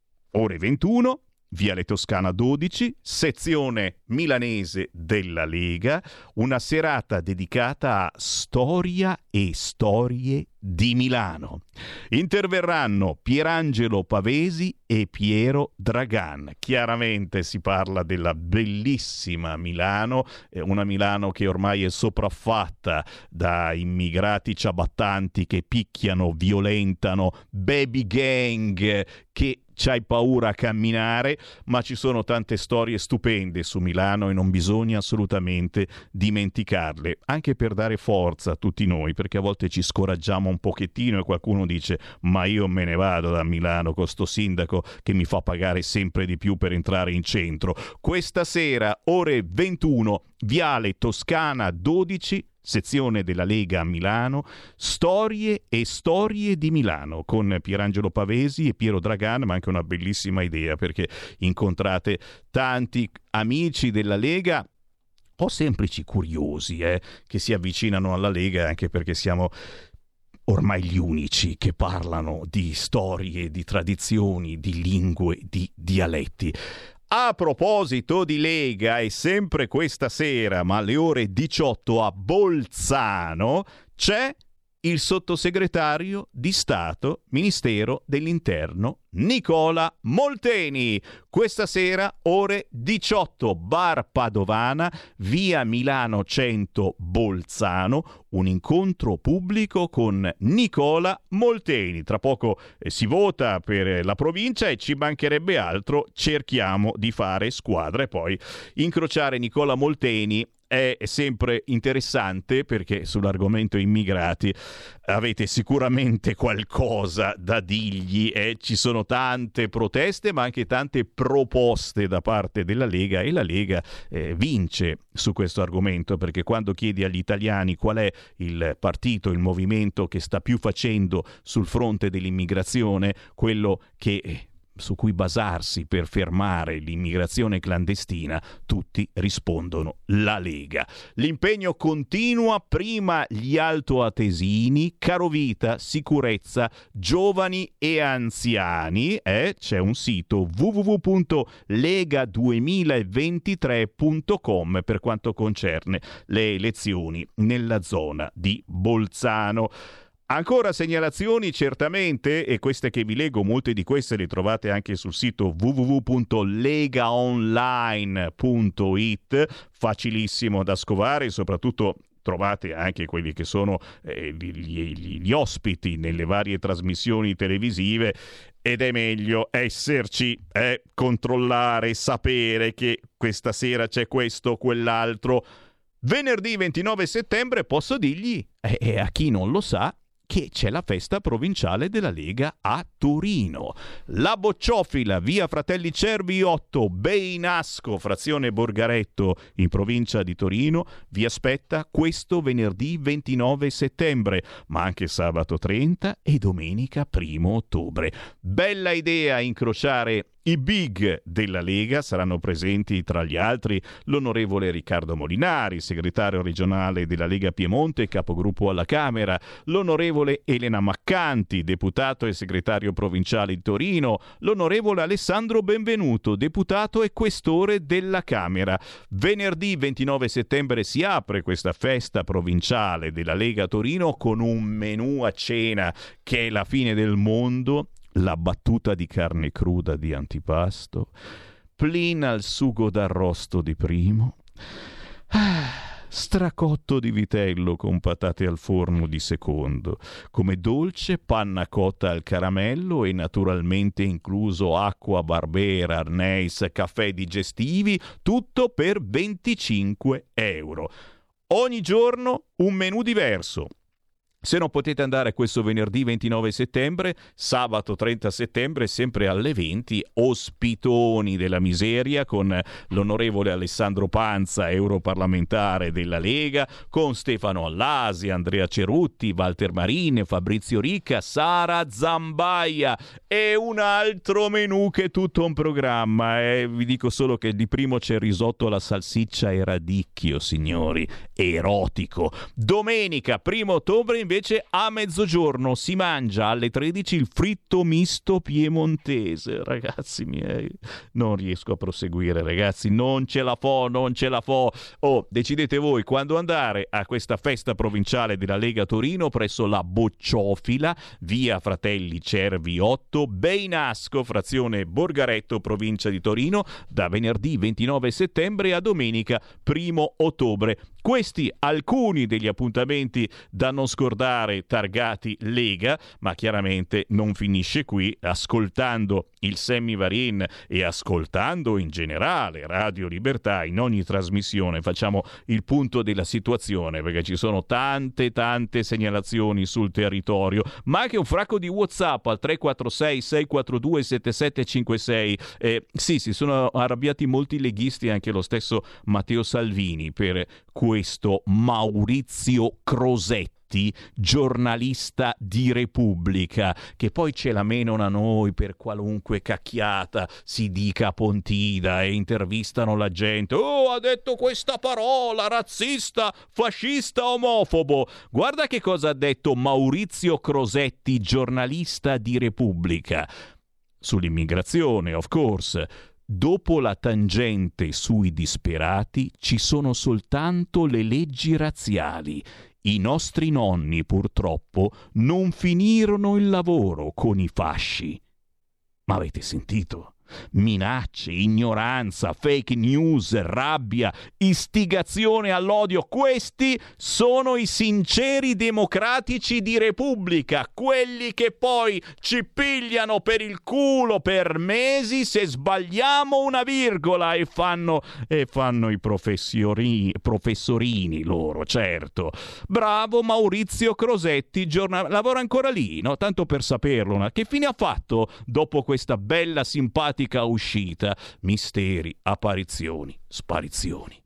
ore 21, Viale Toscana 12, sezione milanese della Lega, una serata dedicata a storia e storie di Milano. Interverranno Pierangelo Pavesi e Piero Dragan. Chiaramente si parla della bellissima Milano, una Milano che ormai è sopraffatta da immigrati ciabattanti che picchiano, violentano, baby gang che c'hai paura a camminare, ma ci sono tante storie stupende su Milano e non bisogna assolutamente dimenticarle, anche per dare forza a tutti noi, perché a volte ci scoraggiamo un pochettino e qualcuno dice: ma io me ne vado da Milano con sto sindaco che mi fa pagare sempre di più per entrare in centro. Questa sera ore 21, Viale Toscana 12, sezione della Lega a Milano, storie e storie di Milano, con Pierangelo Pavesi e Piero Dragan, ma anche una bellissima idea, perché incontrate tanti amici della Lega o semplici curiosi che si avvicinano alla Lega, anche perché siamo ormai gli unici che parlano di storie, di tradizioni, di lingue, di dialetti. A proposito di Lega, e sempre questa sera, ma alle ore 18 a Bolzano, c'è il sottosegretario di Stato, Ministero dell'Interno, Nicola Molteni. Questa sera, ore 18, Bar Padovana, via Milano 100 Bolzano, un incontro pubblico con Nicola Molteni. Tra poco si vota per la provincia e ci mancherebbe altro, cerchiamo di fare squadra. E poi incrociare Nicola Molteni è sempre interessante, perché sull'argomento immigrati avete sicuramente qualcosa da dirgli, ci sono tante proteste ma anche tante proposte da parte della Lega, e la Lega vince su questo argomento, perché quando chiedi agli italiani qual è il partito, il movimento che sta più facendo sul fronte dell'immigrazione, quello che su cui basarsi per fermare l'immigrazione clandestina, tutti rispondono la Lega. L'impegno continua, prima gli altoatesini, carovita, sicurezza, giovani e anziani. C'è un sito www.lega2023.com per quanto concerne le elezioni nella zona di Bolzano. Ancora segnalazioni certamente, e queste che vi leggo, molte di queste le trovate anche sul sito www.legaonline.it, facilissimo da scovare, e soprattutto trovate anche quelli che sono gli ospiti nelle varie trasmissioni televisive, ed è meglio esserci, controllare, sapere che questa sera c'è questo o quell'altro. Venerdì 29 settembre posso dirgli, e a chi non lo sa, che c'è la festa provinciale della Lega a Torino. La Bocciofila, via Fratelli Cervi 8, Beinasco, frazione Borgaretto, in provincia di Torino, vi aspetta questo venerdì 29 settembre, ma anche sabato 30 e domenica 1 ottobre. Bella idea incrociare I big della Lega saranno presenti tra gli altri l'onorevole Riccardo Molinari, segretario regionale della Lega Piemonte e capogruppo alla Camera, l'onorevole Elena Maccanti, deputato e segretario provinciale di Torino, l'onorevole Alessandro Benvenuto, deputato e questore della Camera. Venerdì 29 settembre si apre questa festa provinciale della Lega Torino con un menù a cena che è la fine del mondo, la battuta di carne cruda di antipasto, plina al sugo d'arrosto di primo, stracotto di vitello con patate al forno di secondo, come dolce panna cotta al caramello e naturalmente incluso acqua, Barbera, Arneis, caffè digestivi, tutto per 25 euro. Ogni giorno un menù diverso. Se non potete andare questo venerdì 29 settembre, sabato 30 settembre, sempre alle 20, ospitoni della miseria con l'onorevole Alessandro Panza, europarlamentare della Lega, con Stefano Allasi, Andrea Cerutti, Walter Marin, Fabrizio Ricca, Sara Zambaia e un altro menù che è tutto un programma. Vi dico solo che di primo c'è il risotto alla salsiccia e radicchio, signori, erotico. Domenica 1 ottobre invece a mezzogiorno si mangia alle 13 il fritto misto piemontese. Ragazzi miei, non riesco a proseguire, ragazzi, non ce la fo. Decidete voi quando andare a questa festa provinciale della Lega Torino presso la Bocciofila, via Fratelli Cervi 8, Beinasco, frazione Borgaretto, provincia di Torino, da venerdì 29 settembre a domenica 1 ottobre. Questi alcuni degli appuntamenti da non scordare targati Lega, ma chiaramente non finisce qui. Ascoltando il Sammy Varin e ascoltando in generale Radio Libertà, in ogni trasmissione facciamo il punto della situazione, perché ci sono tante segnalazioni sul territorio, ma anche un fracco di WhatsApp al 346 642 7756. Sì, si sono arrabbiati molti leghisti, anche lo stesso Matteo Salvini, per questo Maurizio Crosetti, giornalista di Repubblica, che poi ce la menano a noi per qualunque cacchiata si dica a Pontida e intervistano la gente. Oh, ha detto questa parola, razzista, fascista, omofobo. Guarda che cosa ha detto Maurizio Crosetti, giornalista di Repubblica, sull'immigrazione, of course. Dopo la tangente sui disperati ci sono soltanto le leggi razziali. I nostri nonni, purtroppo, non finirono il lavoro con i fasci. Ma avete sentito? Minacce, ignoranza, fake news, rabbia, istigazione all'odio. Questi sono i sinceri democratici di Repubblica, quelli che poi ci pigliano per il culo per mesi se sbagliamo una virgola e fanno i professorini loro, certo. Bravo Maurizio Crosetti, lavora ancora lì, no? Tanto per saperlo, che fine ha fatto dopo questa bella simpatica uscita? Misteri, apparizioni, sparizioni.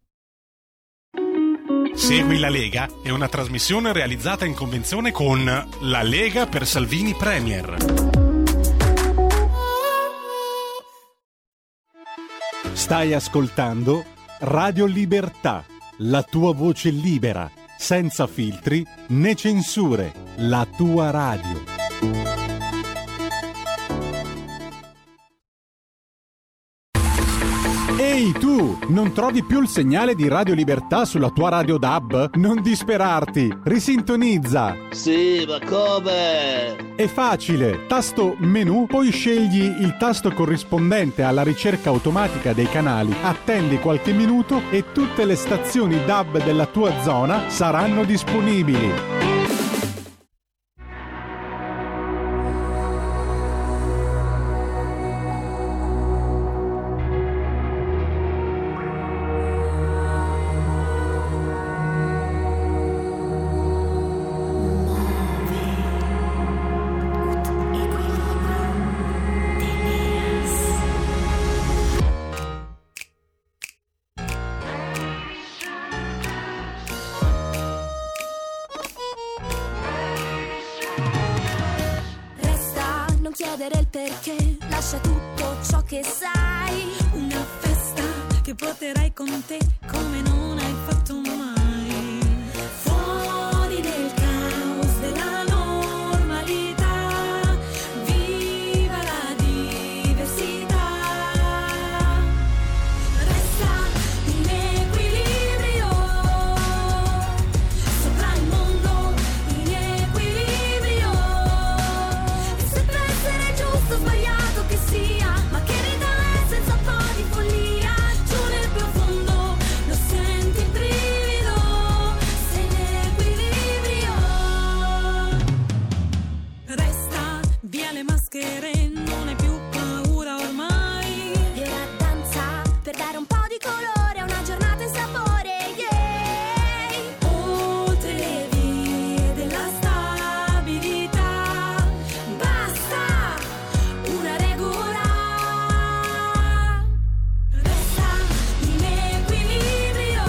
Segui la Lega è una trasmissione realizzata in convenzione con La Lega per Salvini Premier. Stai ascoltando Radio Libertà, la tua voce libera, senza filtri né censure, la tua radio. Ehi tu, non trovi più il segnale di Radio Libertà sulla tua radio DAB? Non disperarti, risintonizza! Sì, ma come? È facile, tasto menu, poi scegli il tasto corrispondente alla ricerca automatica dei canali, attendi qualche minuto e tutte le stazioni DAB della tua zona saranno disponibili. Resta, non chiedere il perché, la lascia tutto ciò che sai. Una festa che porterai con te come non hai fatto mai. Fuori del caos della normalità, viva la diversità. Resta in equilibrio, sopra il mondo in equilibrio. E se per essere giusto o sbagliato che sia, ma che vita è senza un po' di follia. Giù nel profondo lo senti il brivido, sei in equilibrio. Resta via le maschere, non hai più paura ormai. E ora danza per dare un po' di colore a una giornata in sapore, yeah. Oltre le vie della stabilità, basta una regola. Resta in equilibrio,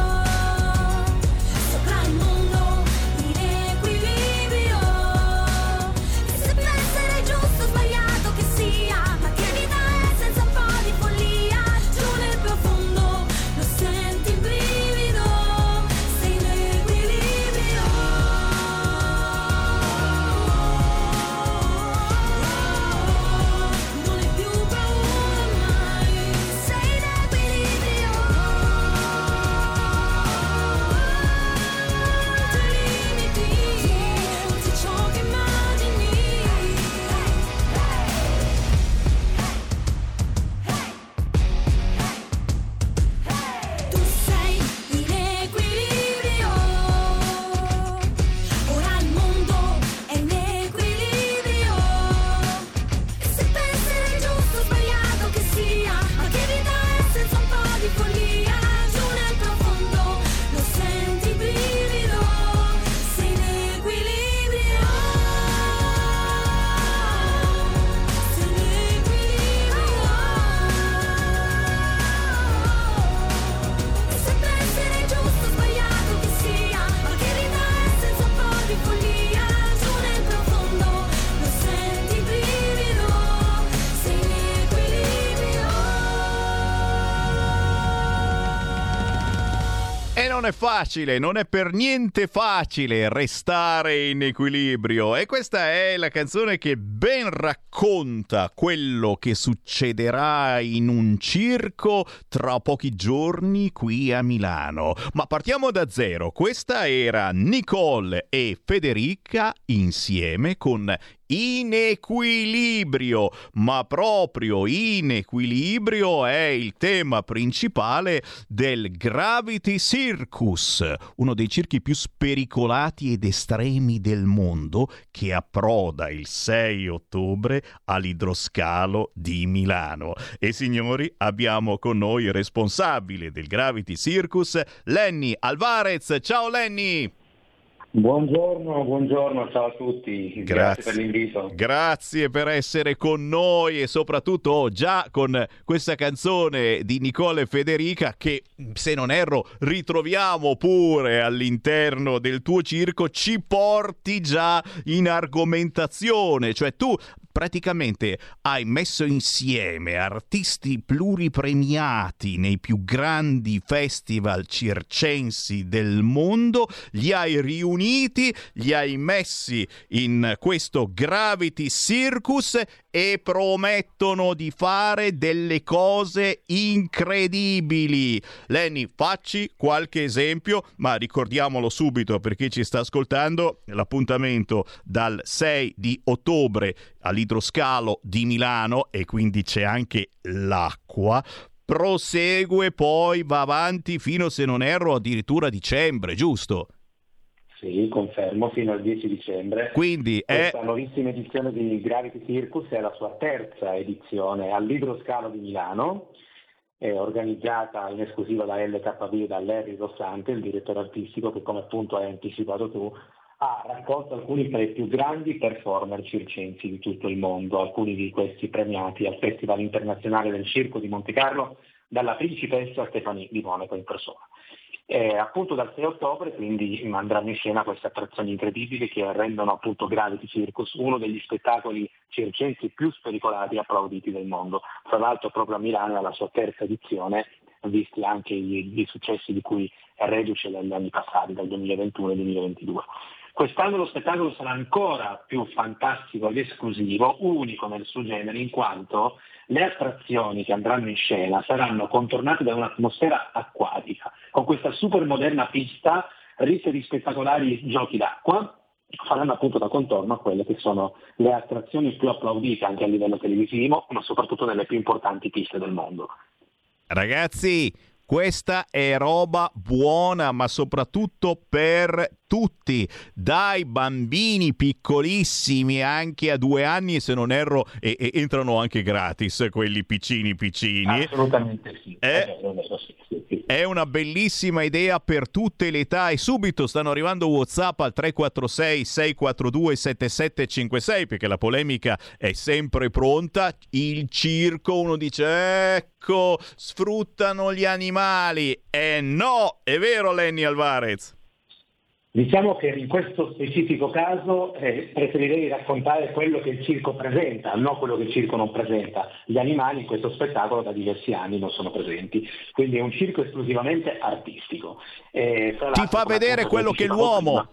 sopra il mondo in equilibrio. E se per essere giusto o sbagliato che sia, ma che vita è senza un po' di follia. Giù nel profondo lo senti il brivido, sei in equilibrio. Non hai più paura mai, sei in equilibrio. Oltre i limiti, oltre ciò che immagini. Tu sei in equilibrio, ora il mondo è in equilibrio. E se per essere giusto o sbagliato che sia, ma che vita è senza un po' di follia. Giù nel profondo lo senti il brivido, sei in equilibrio. Sei in equilibrio. E se per essere giusto o sbagliato che sia, ma che vita è senza un po' di follia. Giù nel profondo lo senti il brivido, sei in equilibrio. E non è facile, non è per niente facile restare in equilibrio. E questa è la canzone che ben racconta quello che succederà in un circo tra pochi giorni qui a Milano. Ma partiamo da zero. Questa era Nicole e Federica insieme con In equilibrio, ma proprio in equilibrio è il tema principale del Gravity Circus, uno dei circhi più spericolati ed estremi del mondo, che approda il 6 ottobre all'Idroscalo di Milano. E signori, abbiamo con noi il responsabile del Gravity Circus, Lenny Alvarez. Ciao Lenny! Buongiorno, ciao a tutti, grazie per l'invito. Grazie per essere con noi e soprattutto già con questa canzone di Nicole e Federica che, se non erro, ritroviamo pure all'interno del tuo circo, ci porti già in argomentazione, cioè tu praticamente hai messo insieme artisti pluripremiati nei più grandi festival circensi del mondo, li hai riuniti, li hai messi in questo Gravity Circus e promettono di fare delle cose incredibili. Lenny, facci qualche esempio, ma ricordiamolo subito per chi ci sta ascoltando, l'appuntamento dal 6 di ottobre all'Idroscalo di Milano, e quindi c'è anche l'acqua. Prosegue, poi va avanti fino, se non erro, addirittura dicembre, giusto? Sì, confermo, fino al 10 dicembre. Quindi questa nuovissima edizione di Gravity Circus è la sua terza edizione all'Idroscalo di Milano, è organizzata in esclusiva da LKB, da Larry Rossante, il direttore artistico, che, come appunto hai anticipato tu, ha raccolto alcuni tra i più grandi performer circensi di tutto il mondo. Alcuni di questi premiati al Festival Internazionale del Circo di Monte Carlo dalla principessa Stephanie di Monaco in persona. Appunto dal 6 ottobre quindi andranno in scena queste attrazioni incredibili che rendono appunto Gravity Circus uno degli spettacoli circensi più spericolati e applauditi del mondo. Tra l'altro proprio a Milano alla sua terza edizione, visti anche i successi di cui è reduce negli anni passati, dal 2021 al 2022. Quest'anno lo spettacolo sarà ancora più fantastico ed esclusivo, unico nel suo genere, in quanto le attrazioni che andranno in scena saranno contornate da un'atmosfera acquatica, con questa super moderna pista ricca di spettacolari giochi d'acqua, faranno appunto da contorno a quelle che sono le attrazioni più applaudite anche a livello televisivo, ma soprattutto nelle più importanti piste del mondo. Ragazzi, questa è roba buona, ma soprattutto per tutti, dai bambini piccolissimi anche a 2 anni, se non erro, e entrano anche gratis quelli piccini. Assolutamente sì. È una bellissima idea per tutte le età e subito stanno arrivando WhatsApp al 346 642 7756 perché la polemica è sempre pronta. Il circo, uno dice ecco, sfruttano gli animali. No, è vero Lenny Alvarez? Diciamo che in questo specifico caso preferirei raccontare quello che il circo presenta, non quello che il circo non presenta. Gli animali in questo spettacolo da diversi anni non sono presenti, quindi è un circo esclusivamente artistico. Ti fa vedere quello che l'uomo,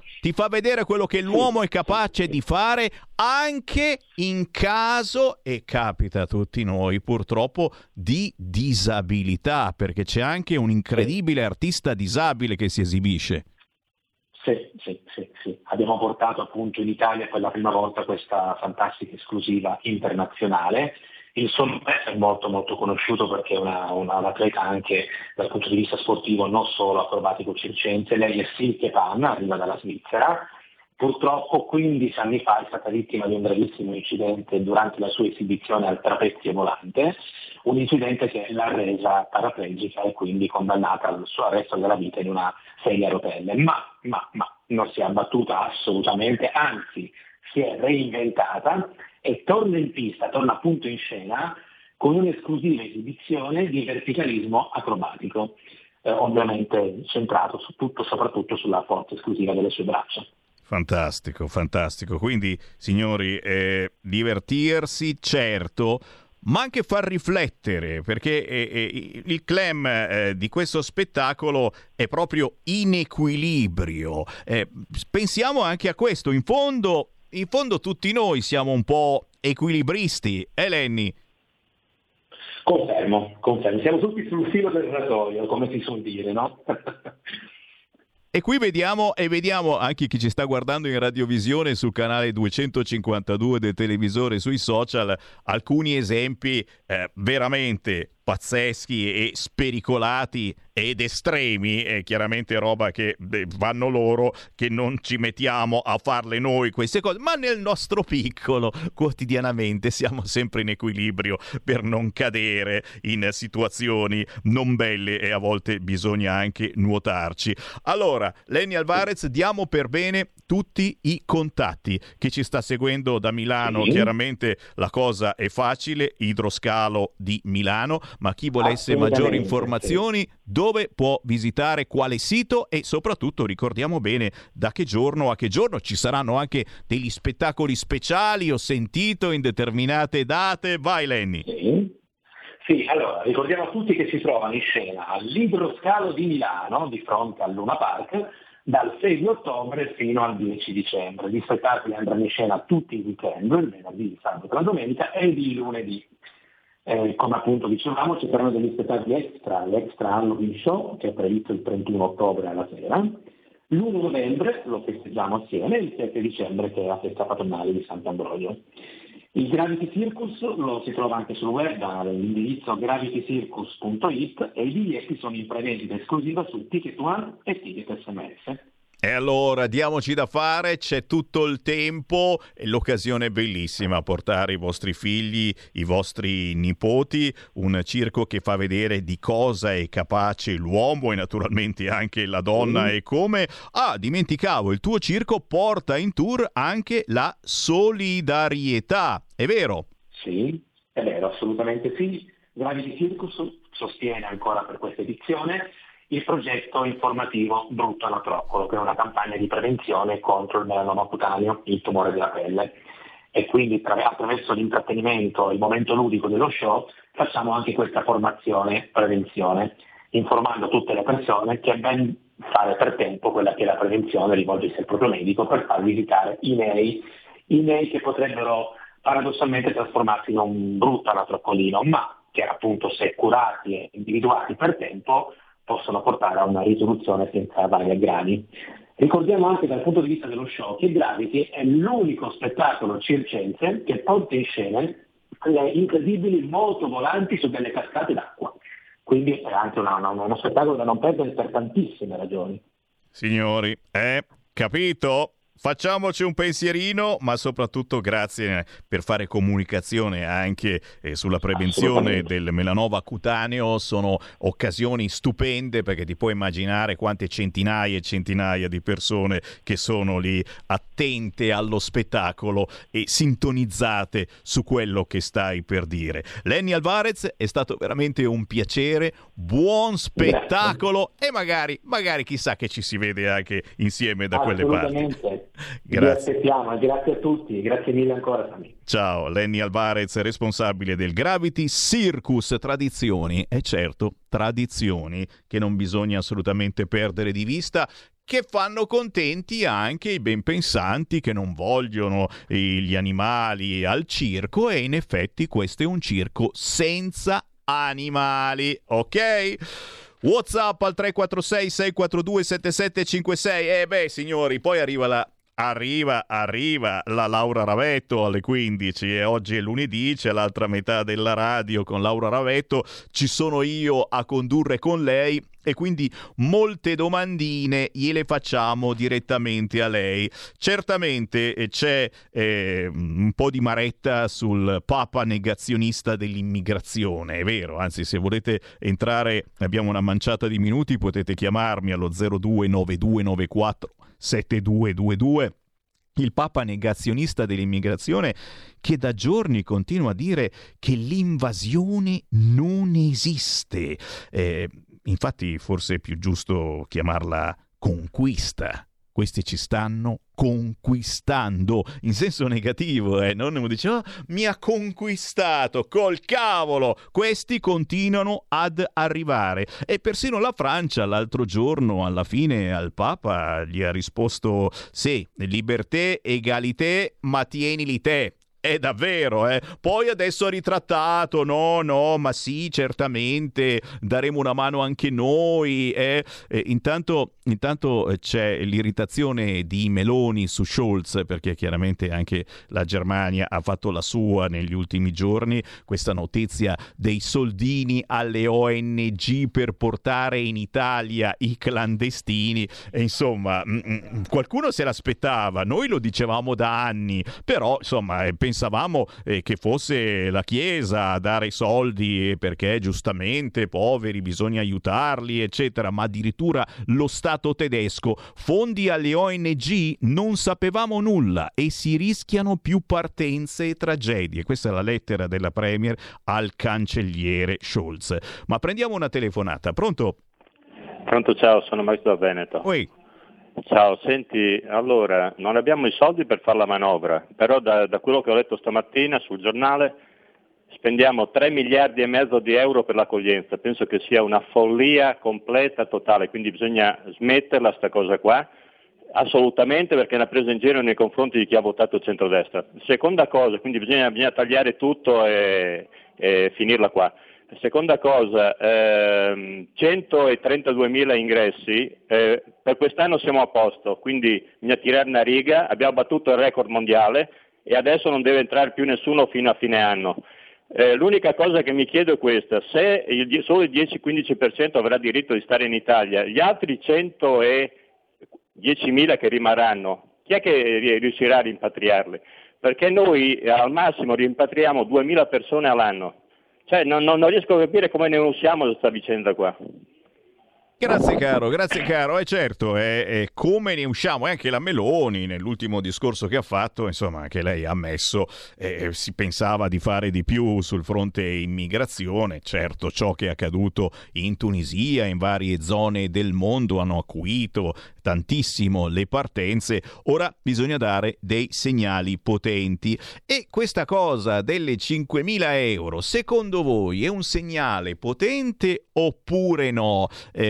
è capace di fare anche in caso, e capita a tutti noi purtroppo, di disabilità, perché c'è anche un incredibile artista disabile che si esibisce. Sì. Abbiamo portato appunto in Italia per la prima volta questa fantastica esclusiva internazionale. Il suo nome è molto molto conosciuto perché è un'atleta anche dal punto di vista sportivo, non solo acrobatico circense. Lei è Silke Pan, arriva dalla Svizzera. Purtroppo 15 anni fa è stata vittima di un gravissimo incidente durante la sua esibizione al trapezio volante, un incidente che l'ha resa paraplegica e quindi condannata al suo resto della vita in una sedia a rotelle. Ma non si è abbattuta assolutamente, anzi si è reinventata e torna in pista, torna appunto in scena con un'esclusiva esibizione di verticalismo acrobatico, ovviamente centrato soprattutto sulla forza esclusiva delle sue braccia. Fantastico. Quindi, signori, divertirsi, certo, ma anche far riflettere, perché il claim di questo spettacolo è proprio in equilibrio. Pensiamo anche a questo. In fondo tutti noi siamo un po' equilibristi, Lenny? Confermo. Siamo tutti sul filo del ratoio, come si suol dire, no? E qui vediamo anche chi ci sta guardando in radiovisione sul canale 252 del televisore, sui social, alcuni esempi veramente pazzeschi e spericolati ed estremi, chiaramente roba che vanno loro, che non ci mettiamo a farle noi queste cose, ma nel nostro piccolo quotidianamente siamo sempre in equilibrio per non cadere in situazioni non belle e a volte bisogna anche nuotarci. Allora, Lenny Alvarez, diamo per bene tutti i contatti. Chi ci sta seguendo da Milano, chiaramente la cosa è facile, Idroscalo di Milano, ma chi volesse maggiori informazioni, dove può visitare, quale sito e soprattutto ricordiamo bene da che giorno a che giorno ci saranno anche degli spettacoli speciali, ho sentito, in determinate date. Vai Lenny. Sì, allora ricordiamo a tutti che si trovano in scena all'Idroscalo di Milano, di fronte al Luna Park, dal 6 di ottobre fino al 10 dicembre. Gli spettacoli andranno in scena tutti i weekend, il venerdì, il sabato e la domenica e il lunedì. Come appunto dicevamo, ci saranno degli spettacoli extra, l'extra Halloween Show che è previsto il 31 ottobre alla sera, l'1 novembre lo festeggiamo assieme e il 7 dicembre che è la festa patronale di Sant'Ambrogio. Il Gravity Circus lo si trova anche sul web all'indirizzo gravitycircus.it e i biglietti sono in prevendita esclusiva su Ticket One e Ticket SMS. E allora diamoci da fare, c'è tutto il tempo e l'occasione è bellissima, portare i vostri figli, i vostri nipoti, un circo che fa vedere di cosa è capace l'uomo e naturalmente anche la donna e come. Dimenticavo, il tuo circo porta in tour anche la solidarietà, è vero? Sì, è vero, assolutamente sì. Gravity Circus sostiene ancora per questa edizione il progetto informativo Brutto Anatroccolo, che è una campagna di prevenzione contro il melanoma cutaneo, il tumore della pelle. E quindi attraverso l'intrattenimento e il momento ludico dello show facciamo anche questa formazione prevenzione, informando tutte le persone che è ben fare per tempo quella che è la prevenzione, rivolgersi al proprio medico per far visitare i nei che potrebbero paradossalmente trasformarsi in un brutto anatroccolino, ma che appunto se curati e individuati per tempo possono portare a una risoluzione senza vari aggravi. Ricordiamo anche dal punto di vista dello show che Gravity è l'unico spettacolo circense che porta in scena le incredibili moto volanti su delle cascate d'acqua. Quindi è anche uno spettacolo da non perdere per tantissime ragioni. Signori, capito? Facciamoci un pensierino, ma soprattutto grazie per fare comunicazione anche sulla prevenzione del melanoma cutaneo. Sono occasioni stupende, perché ti puoi immaginare quante centinaia e centinaia di persone che sono lì attente allo spettacolo e sintonizzate su quello che stai per dire. Lenny Alvarez, è stato veramente un piacere, buon spettacolo. Grazie. E magari chissà che ci si vede anche insieme da quelle parti. Grazie. Grazie a tutti, grazie mille ancora Sammy. Ciao, Lenny Alvarez, responsabile del Gravity Circus. Tradizioni, e certo, tradizioni che non bisogna assolutamente perdere di vista, che fanno contenti anche i ben pensanti che non vogliono gli animali al circo, e in effetti questo è un circo senza animali, ok? WhatsApp al 346 642 7756. Signori, poi arriva la Laura Ravetto alle 15 e oggi è lunedì, c'è l'altra metà della radio con Laura Ravetto, ci sono io a condurre con lei e quindi molte domandine gliele facciamo direttamente a lei. Certamente c'è un po' di maretta sul papa negazionista dell'immigrazione, è vero, anzi se volete entrare, abbiamo una manciata di minuti, potete chiamarmi allo 029294 7222. Il papa negazionista dell'immigrazione che da giorni continua a dire che l'invasione non esiste. Infatti forse è più giusto chiamarla conquista. Questi ci stanno conquistando in senso negativo, non uno dice mi ha conquistato, col cavolo, questi continuano ad arrivare. E persino la Francia l'altro giorno alla fine al Papa gli ha risposto sì, libertà, egalité, ma tienili te. È davvero, Poi adesso ha ritrattato, no, ma sì, certamente, daremo una mano anche noi, Intanto c'è l'irritazione di Meloni su Scholz, perché chiaramente anche la Germania ha fatto la sua negli ultimi giorni, questa notizia dei soldini alle ONG per portare in Italia i clandestini, e insomma, qualcuno se l'aspettava, noi lo dicevamo da anni, però insomma, pensavamo che fosse la Chiesa a dare soldi perché giustamente poveri bisogna aiutarli eccetera, ma addirittura lo Stato tedesco, fondi alle ONG, non sapevamo nulla e si rischiano più partenze e tragedie. Questa è la lettera della Premier al cancelliere Scholz. Ma prendiamo una telefonata. Pronto? Pronto, ciao, sono Max da Veneto. Oi. Ciao, senti, allora, non abbiamo i soldi per fare la manovra, però da quello che ho letto stamattina sul giornale spendiamo 3 miliardi e mezzo di euro per l'accoglienza. Penso che sia una follia completa, totale, quindi bisogna smetterla sta cosa qua, assolutamente, perché è una presa in giro nei confronti di chi ha votato centrodestra. Seconda cosa, quindi bisogna tagliare tutto e finirla qua. Seconda cosa, 132.000 ingressi, per quest'anno siamo a posto, quindi bisogna tirare una riga, abbiamo battuto il record mondiale e adesso non deve entrare più nessuno fino a fine anno. L'unica cosa che mi chiedo è questa: se solo il 10-15% avrà diritto di stare in Italia, gli altri 110.000 che rimarranno, chi è che riuscirà a rimpatriarli? Perché noi al massimo rimpatriamo 2.000 persone all'anno. Cioè non riesco a capire come ne usciamo da questa vicenda qua. Grazie caro, e certo, è come ne usciamo, e anche la Meloni nell'ultimo discorso che ha fatto, insomma, anche lei ha ammesso, si pensava di fare di più sul fronte immigrazione. Certo, ciò che è accaduto in Tunisia, in varie zone del mondo, hanno acuito tantissimo le partenze. Ora bisogna dare dei segnali potenti, e questa cosa delle 5.000 euro, secondo voi è un segnale potente oppure no?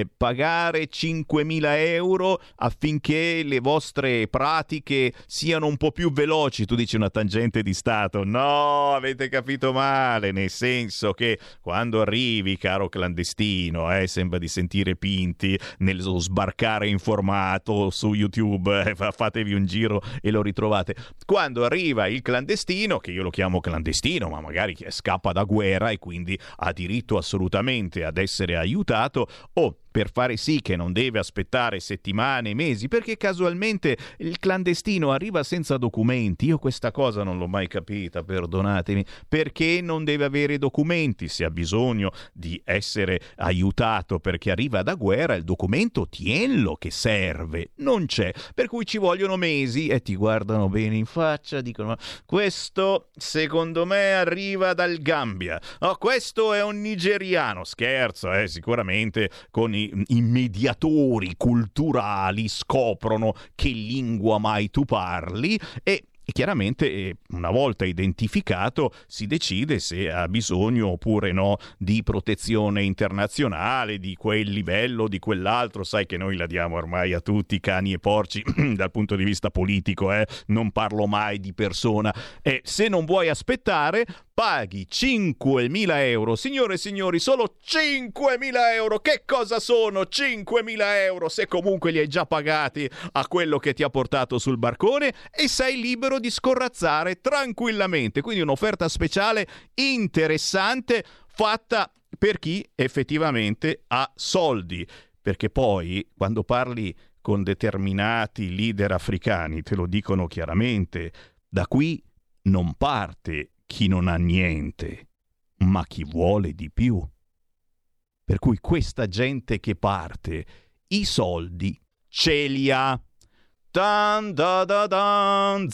Pagare 5.000 euro affinché le vostre pratiche siano un po' più veloci. Tu dici una tangente di Stato. No, avete capito male, nel senso che quando arrivi, caro clandestino, sembra di sentire Pinti nello sbarcare informato su YouTube, fatevi un giro e lo ritrovate. Quando arriva il clandestino, che io lo chiamo clandestino, ma magari che scappa da guerra e quindi ha diritto assolutamente ad essere aiutato, per fare sì che non deve aspettare settimane, mesi, perché casualmente il clandestino arriva senza documenti. Io questa cosa non l'ho mai capita, perdonatemi. Perché non deve avere documenti? Se ha bisogno di essere aiutato perché arriva da guerra, il documento tienlo che serve, non c'è. Per cui ci vogliono mesi e ti guardano bene in faccia, dicono: questo secondo me arriva dal Gambia, questo è un nigeriano. Scherzo, sicuramente con i mediatori culturali scoprono che lingua mai tu parli, e chiaramente una volta identificato si decide se ha bisogno oppure no di protezione internazionale, di quel livello, di quell'altro. Sai che noi la diamo ormai a tutti, cani e porci, dal punto di vista politico, non parlo mai di persona. E se non vuoi aspettare, paghi 5.000 euro. Signore e signori, solo 5.000 euro. Che cosa sono 5.000 euro se comunque li hai già pagati a quello che ti ha portato sul barcone, e sei libero di scorrazzare tranquillamente? Quindi un'offerta speciale interessante, fatta per chi effettivamente ha soldi, perché poi quando parli con determinati leader africani te lo dicono chiaramente: da qui non parte chi non ha niente, ma chi vuole di più. Per cui questa gente che parte i soldi ce li ha. Dan da da dan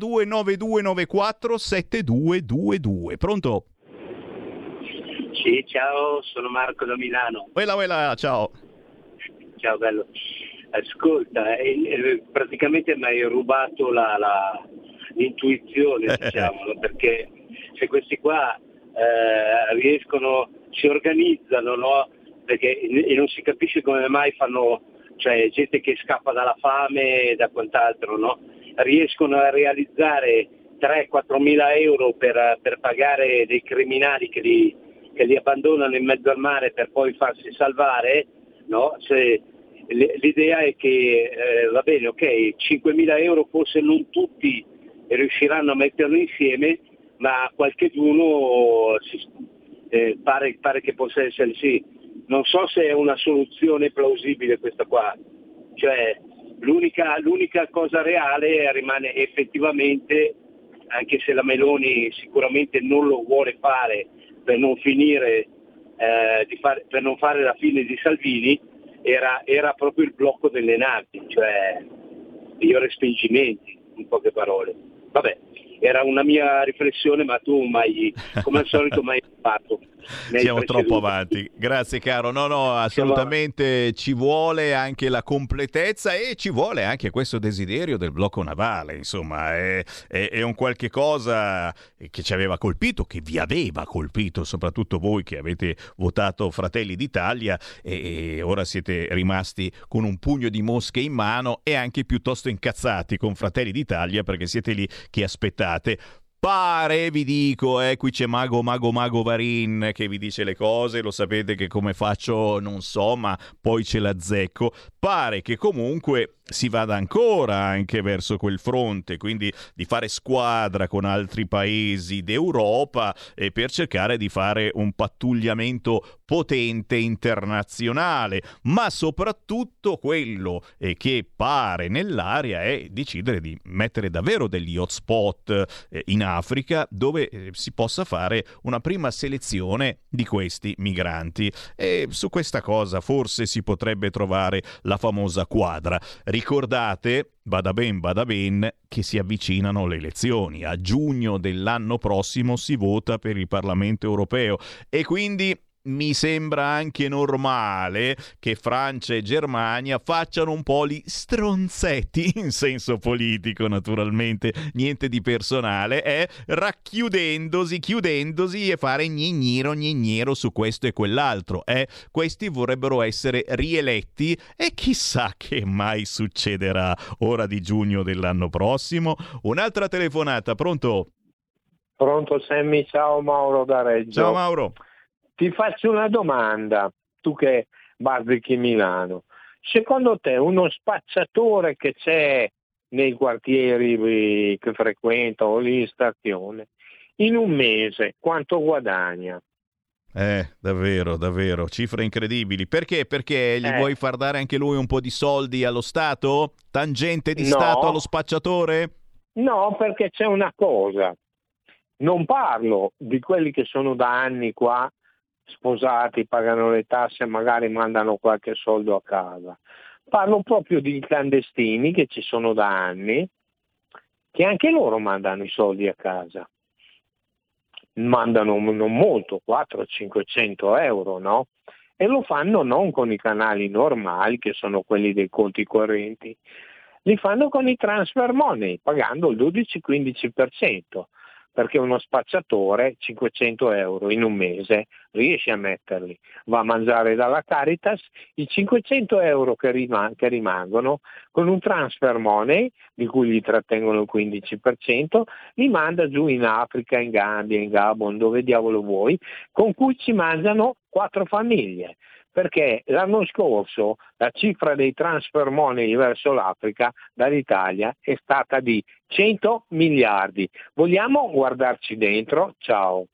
0292947222. Pronto? Sì, ciao, sono Marco da Milano. Uela, ciao. Ciao, bello. Ascolta, praticamente mi hai rubato l'intuizione, diciamo, perché se questi qua riescono, si organizzano, no? Perché e non si capisce come mai fanno, cioè gente che scappa dalla fame e da quant'altro, no? Riescono a realizzare 3-4 mila euro per pagare dei criminali che li abbandonano in mezzo al mare per poi farsi salvare, no? L'idea è che va bene, ok, 5.000 euro forse non tutti riusciranno a metterlo insieme, ma qualcheduno pare che possa essere sì. Non so se è una soluzione plausibile questa qua, cioè l'unica cosa reale rimane effettivamente, anche se la Meloni sicuramente non lo vuole fare per non finire per non fare la fine di Salvini, era proprio il blocco delle navi, cioè gli respingimenti, in poche parole. Vabbè, era una mia riflessione, ma tu come al solito mai fatto. Siamo troppo avanti. Grazie caro. No, assolutamente ci vuole anche la completezza e ci vuole anche questo desiderio del blocco navale. Insomma, è un qualche cosa che ci aveva colpito, che vi aveva colpito, soprattutto voi che avete votato Fratelli d'Italia e ora siete rimasti con un pugno di mosche in mano e anche piuttosto incazzati con Fratelli d'Italia perché siete lì che aspettate. Pare, vi dico, qui c'è Mago Varin che vi dice le cose, lo sapete che come faccio non so, ma poi ce l'azzecco. Pare che comunque si vada ancora anche verso quel fronte, quindi di fare squadra con altri paesi d'Europa per cercare di fare un pattugliamento potente internazionale, ma soprattutto quello che pare nell'aria è decidere di mettere davvero degli hotspot in Africa dove si possa fare una prima selezione di questi migranti, e su questa cosa forse si potrebbe trovare la famosa quadra. Ricordate, vada ben, che si avvicinano le elezioni. A giugno dell'anno prossimo si vota per il Parlamento europeo e quindi mi sembra anche normale che Francia e Germania facciano un po' gli stronzetti, in senso politico naturalmente, niente di personale, chiudendosi e fare gnignero su questo e quell'altro. Questi vorrebbero essere rieletti e chissà che mai succederà ora di giugno dell'anno prossimo. Un'altra telefonata, pronto? Pronto Sammy, ciao Mauro da Reggio. Ciao Mauro. Ti faccio una domanda, tu che bazzichi Milano. Secondo te uno spacciatore che c'è nei quartieri che frequenta o lì in stazione, in un mese quanto guadagna? Davvero, cifre incredibili. Perché? Perché gli vuoi far dare anche lui un po' di soldi allo Stato? Tangente di Stato allo spacciatore? No, perché c'è una cosa. Non parlo di quelli che sono da anni qua, sposati, pagano le tasse e magari mandano qualche soldo a casa. Parlo proprio di clandestini che ci sono da anni, che anche loro mandano i soldi a casa. Mandano non molto, 400-500 euro, no? E lo fanno non con i canali normali, che sono quelli dei conti correnti, li fanno con i transfer money, pagando il 12-15%. Perché uno spacciatore 500 euro in un mese riesce a metterli, va a mangiare dalla Caritas, i 500 euro che rimangono con un transfer money di cui gli trattengono il 15%, li manda giù in Africa, in Gambia, in Gabon, dove diavolo vuoi, con cui ci mangiano 4 famiglie. Perché l'anno scorso la cifra dei transfer money verso l'Africa dall'Italia è stata di 100 miliardi. Vogliamo guardarci dentro? Ciao.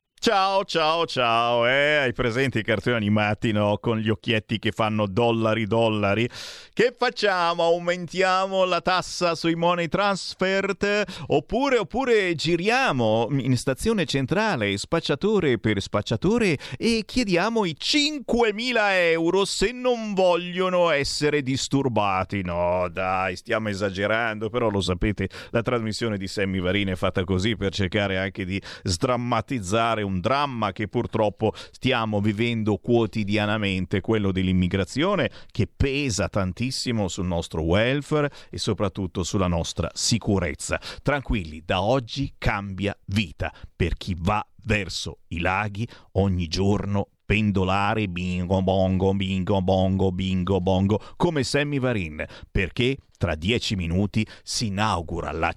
Ciao, hai presente i cartoni animati, no? Con gli occhietti che fanno dollari. Che facciamo? Aumentiamo la tassa sui money transfer? Oppure giriamo in stazione centrale, spacciatore per spacciatore, e chiediamo i 5.000 euro se non vogliono essere disturbati? No, dai, stiamo esagerando, però lo sapete, la trasmissione di Sammy Varin è fatta così per cercare anche di sdrammatizzare un dramma che purtroppo stiamo vivendo quotidianamente, quello dell'immigrazione, che pesa tantissimo sul nostro welfare e soprattutto sulla nostra sicurezza. Tranquilli, da oggi cambia vita per chi va verso i laghi ogni giorno, pendolare bingo bongo come Sammy Varin, perché tra 10 minuti si inaugura la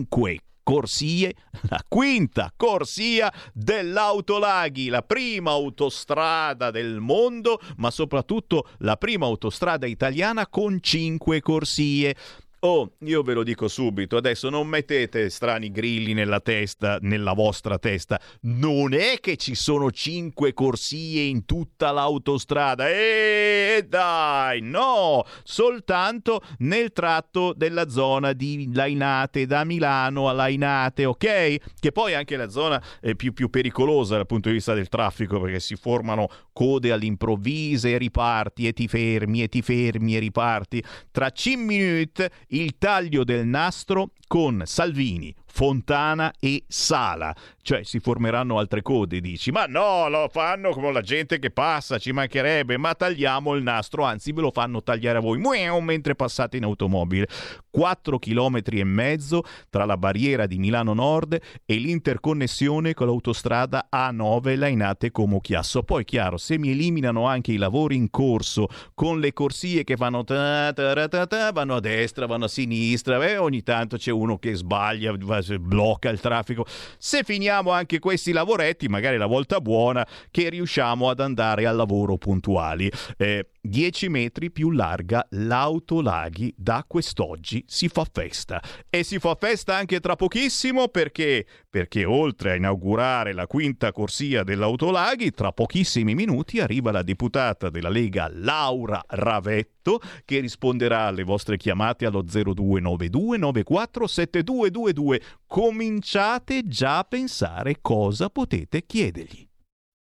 5ª corsia dell'Autolaghi, la prima autostrada del mondo, ma soprattutto la prima autostrada italiana con 5 corsie. Io ve lo dico subito, adesso non mettete strani grilli nella vostra testa, non è che ci sono 5 corsie in tutta l'autostrada, dai, no, soltanto nel tratto della zona di Lainate, da Milano a Lainate, ok? Che poi anche la zona è più pericolosa dal punto di vista del traffico, perché si formano code all'improvviso e riparti, e ti fermi e riparti. Tra 5 minuti il taglio del nastro con Salvini, Fontana e Sala, cioè si formeranno altre code, dici, ma no, lo fanno come la gente che passa, ci mancherebbe, ma tagliamo il nastro, anzi ve lo fanno tagliare a voi mentre passate in automobile. 4,5 chilometri tra la barriera di Milano Nord e l'interconnessione con l'autostrada A9 Lainate Como Chiasso. Poi chiaro, se mi eliminano anche i lavori in corso con le corsie che vanno vanno a destra, vanno a sinistra, ogni tanto c'è uno che sbaglia, blocca il traffico. Se finiamo anche questi lavoretti, magari la volta buona che riusciamo ad andare al lavoro puntuali. 10 metri più larga l'Autolaghi. Da quest'oggi si fa festa, e si fa festa anche tra pochissimo, perché oltre a inaugurare la 5ª corsia dell'Autolaghi, tra pochissimi minuti arriva la deputata della Lega Laura Ravetto, che risponderà alle vostre chiamate allo 0292 94 7222. Cominciate già a pensare cosa potete chiedergli.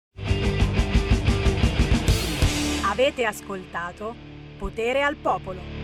Avete ascoltato Potere al Popolo.